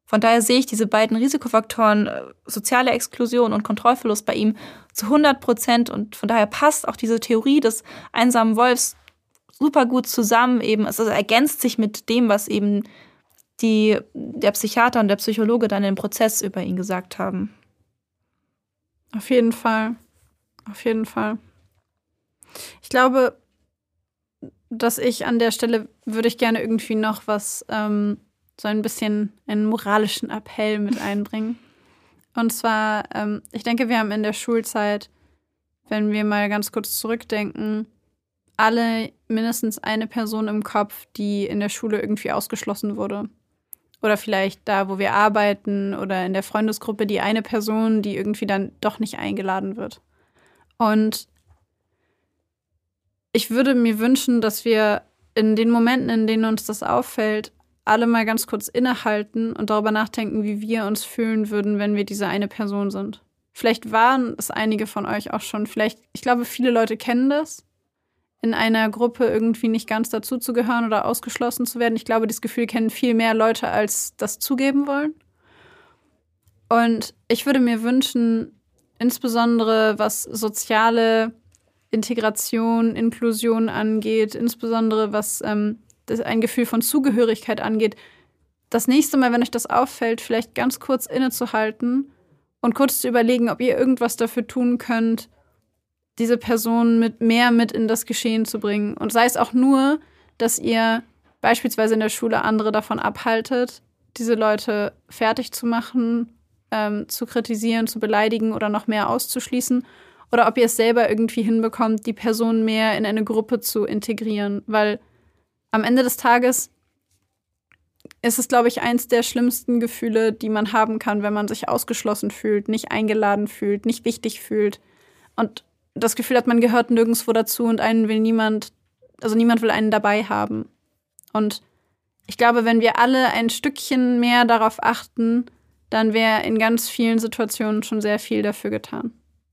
Von daher sehe ich diese beiden Risikofaktoren, soziale Exklusion und Kontrollverlust bei ihm zu 100%. Und von daher passt auch diese Theorie des einsamen Wolfs super gut zusammen. Eben, es ergänzt sich mit dem, was eben der Psychiater und der Psychologe dann im Prozess über ihn gesagt haben. Auf jeden Fall. Auf jeden Fall. Ich glaube, dass ich an der Stelle würde ich gerne irgendwie noch was, so ein bisschen einen moralischen Appell mit einbringen. Und zwar, ich denke, wir haben in der Schulzeit, wenn wir mal ganz kurz zurückdenken, alle mindestens eine Person im Kopf, die in der Schule irgendwie ausgeschlossen wurde. Oder vielleicht da, wo wir arbeiten oder in der Freundesgruppe die eine Person, die irgendwie dann doch nicht eingeladen wird. Und ich würde mir wünschen, dass wir in den Momenten, in denen uns das auffällt, alle mal ganz kurz innehalten und darüber nachdenken, wie wir uns fühlen würden, wenn wir diese eine Person sind. Vielleicht waren es einige von euch auch schon. Ich glaube, viele Leute kennen das, in einer Gruppe irgendwie nicht ganz dazuzugehören oder ausgeschlossen zu werden. Ich glaube, das Gefühl kennen viel mehr Leute, als das zugeben wollen. Und ich würde mir wünschen, insbesondere was soziale Integration, Inklusion angeht, insbesondere was ein Gefühl von Zugehörigkeit angeht, das nächste Mal, wenn euch das auffällt, vielleicht ganz kurz innezuhalten und kurz zu überlegen, ob ihr irgendwas dafür tun könnt, diese Person mehr mit in das Geschehen zu bringen. Und sei es auch nur, dass ihr beispielsweise in der Schule andere davon abhaltet, diese Leute fertig zu machen, zu kritisieren, zu beleidigen oder noch mehr auszuschließen. Oder ob ihr es selber irgendwie hinbekommt, die Person mehr in eine Gruppe zu integrieren. Weil am Ende des Tages ist es, glaube ich, eins der schlimmsten Gefühle, die man haben kann, wenn man sich ausgeschlossen fühlt, nicht eingeladen fühlt, nicht wichtig fühlt. Und das Gefühl hat, man gehört nirgendwo dazu und niemand will einen dabei haben. Und ich glaube, wenn wir alle ein Stückchen mehr darauf achten, dann wäre in ganz vielen Situationen schon sehr viel dafür getan.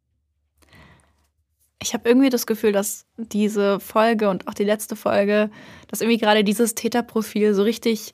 Ich habe irgendwie das Gefühl, dass diese Folge und auch die letzte Folge, dass irgendwie gerade dieses Täterprofil so richtig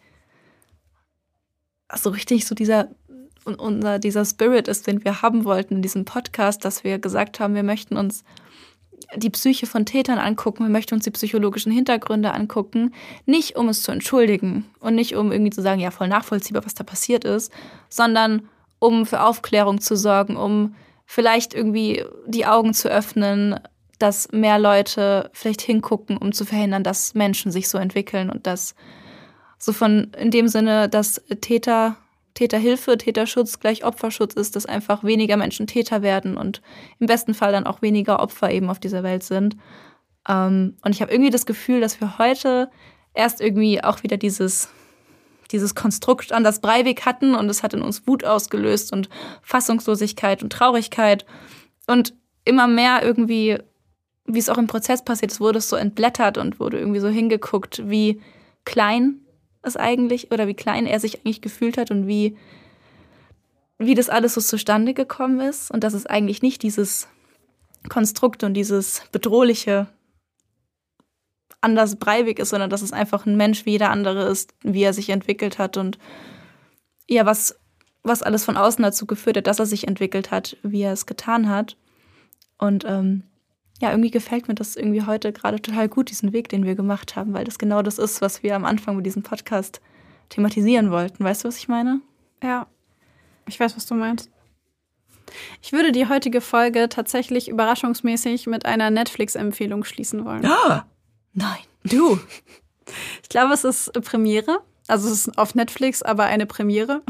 so dieser Spirit ist, den wir haben wollten in diesem Podcast, dass wir gesagt haben, wir möchten uns die Psyche von Tätern angucken, wir möchten uns die psychologischen Hintergründe angucken, nicht um es zu entschuldigen und nicht um irgendwie zu sagen, ja, voll nachvollziehbar, was da passiert ist, sondern um für Aufklärung zu sorgen, um vielleicht irgendwie die Augen zu öffnen, dass mehr Leute vielleicht hingucken, um zu verhindern, dass Menschen sich so entwickeln und dass so in dem Sinne, dass Täterhilfe, Täterschutz gleich Opferschutz ist, dass einfach weniger Menschen Täter werden und im besten Fall dann auch weniger Opfer eben auf dieser Welt sind. Und ich habe irgendwie das Gefühl, dass wir heute erst irgendwie auch wieder dieses Konstrukt Anders Breivik hatten und es hat in uns Wut ausgelöst und Fassungslosigkeit und Traurigkeit und immer mehr irgendwie, wie es auch im Prozess passiert ist, wurde es so entblättert und wurde irgendwie so hingeguckt, wie klein es eigentlich oder wie klein er sich eigentlich gefühlt hat und wie das alles so zustande gekommen ist und dass es eigentlich nicht dieses Konstrukt und dieses bedrohliche Anders Breivik ist, sondern dass es einfach ein Mensch wie jeder andere ist, wie er sich entwickelt hat und ja, was alles von außen dazu geführt hat, dass er sich entwickelt hat, wie er es getan hat. Und ja, irgendwie gefällt mir das irgendwie heute gerade total gut, diesen Weg, den wir gemacht haben, weil das genau das ist, was wir am Anfang mit diesem Podcast thematisieren wollten. Weißt du, was ich meine? Ja, ich weiß, was du meinst. Ich würde die heutige Folge tatsächlich überraschungsmäßig mit einer Netflix-Empfehlung schließen wollen. Ah, nein, du. Ich glaube, es ist Premiere. Also es ist auf Netflix, aber eine Premiere.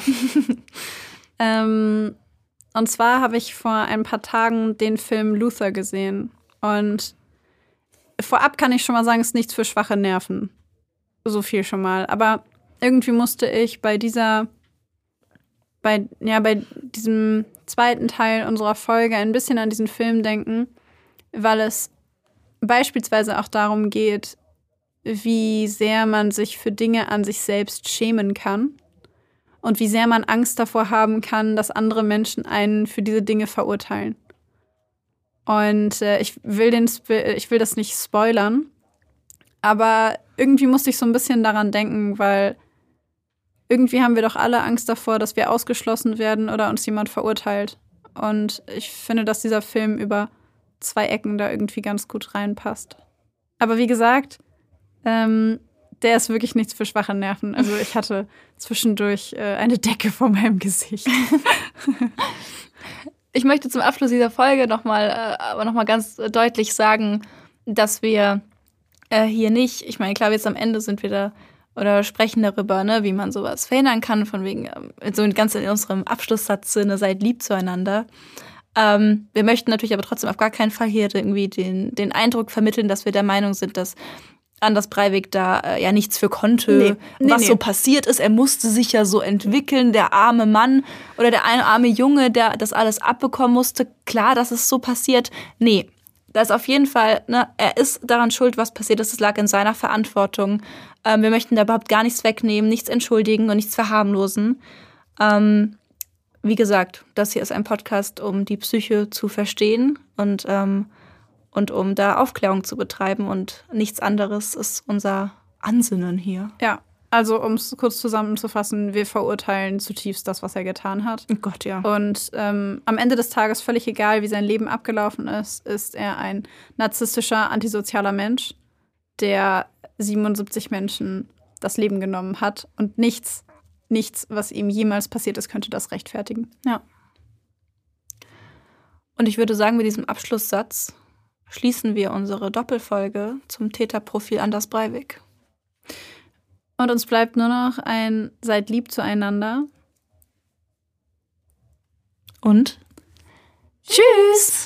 Und zwar habe ich vor ein paar Tagen den Film Luther gesehen. Und vorab kann ich schon mal sagen, es ist nichts für schwache Nerven. So viel schon mal. Aber irgendwie musste ich bei diesem zweiten Teil unserer Folge ein bisschen an diesen Film denken, weil es beispielsweise auch darum geht, wie sehr man sich für Dinge an sich selbst schämen kann und wie sehr man Angst davor haben kann, dass andere Menschen einen für diese Dinge verurteilen. Und ich will das nicht spoilern, aber irgendwie musste ich so ein bisschen daran denken, weil irgendwie haben wir doch alle Angst davor, dass wir ausgeschlossen werden oder uns jemand verurteilt. Und ich finde, dass dieser Film über 2 Ecken da irgendwie ganz gut reinpasst. Aber wie gesagt, der ist wirklich nichts für schwache Nerven. Also ich hatte zwischendurch eine Decke vor meinem Gesicht. Ich möchte zum Abschluss dieser Folge noch mal ganz deutlich sagen, dass wir hier nicht, ich meine, klar, jetzt am Ende sind wir da oder sprechen darüber, ne, wie man sowas verhindern kann, von wegen, so ganz in unserem Abschlusssatz-Sinne, seid lieb zueinander. Wir möchten natürlich aber trotzdem auf gar keinen Fall hier irgendwie den Eindruck vermitteln, dass wir der Meinung sind, dass Anders Breivik da ja nichts für konnte, was so passiert ist. Er musste sich ja so entwickeln, der arme Mann oder der arme Junge, der das alles abbekommen musste. Klar, dass es so passiert. Nee, da ist auf jeden Fall, ne, er ist daran schuld, was passiert ist. Es lag in seiner Verantwortung. Wir möchten da überhaupt gar nichts wegnehmen, nichts entschuldigen und nichts verharmlosen. Wie gesagt, das hier ist ein Podcast, um die Psyche zu verstehen und um da Aufklärung zu betreiben. Und nichts anderes ist unser Ansinnen hier. Ja, also um es kurz zusammenzufassen, wir verurteilen zutiefst das, was er getan hat. Oh Gott, ja. Und am Ende des Tages, völlig egal, wie sein Leben abgelaufen ist er ein narzisstischer, antisozialer Mensch, der 77 Menschen das Leben genommen hat. Und nichts, was ihm jemals passiert ist, könnte das rechtfertigen. Ja. Und ich würde sagen, mit diesem Abschlusssatz schließen wir unsere Doppelfolge zum Täterprofil Anders Breivik. Und uns bleibt nur noch ein Seid lieb zueinander. Und tschüss!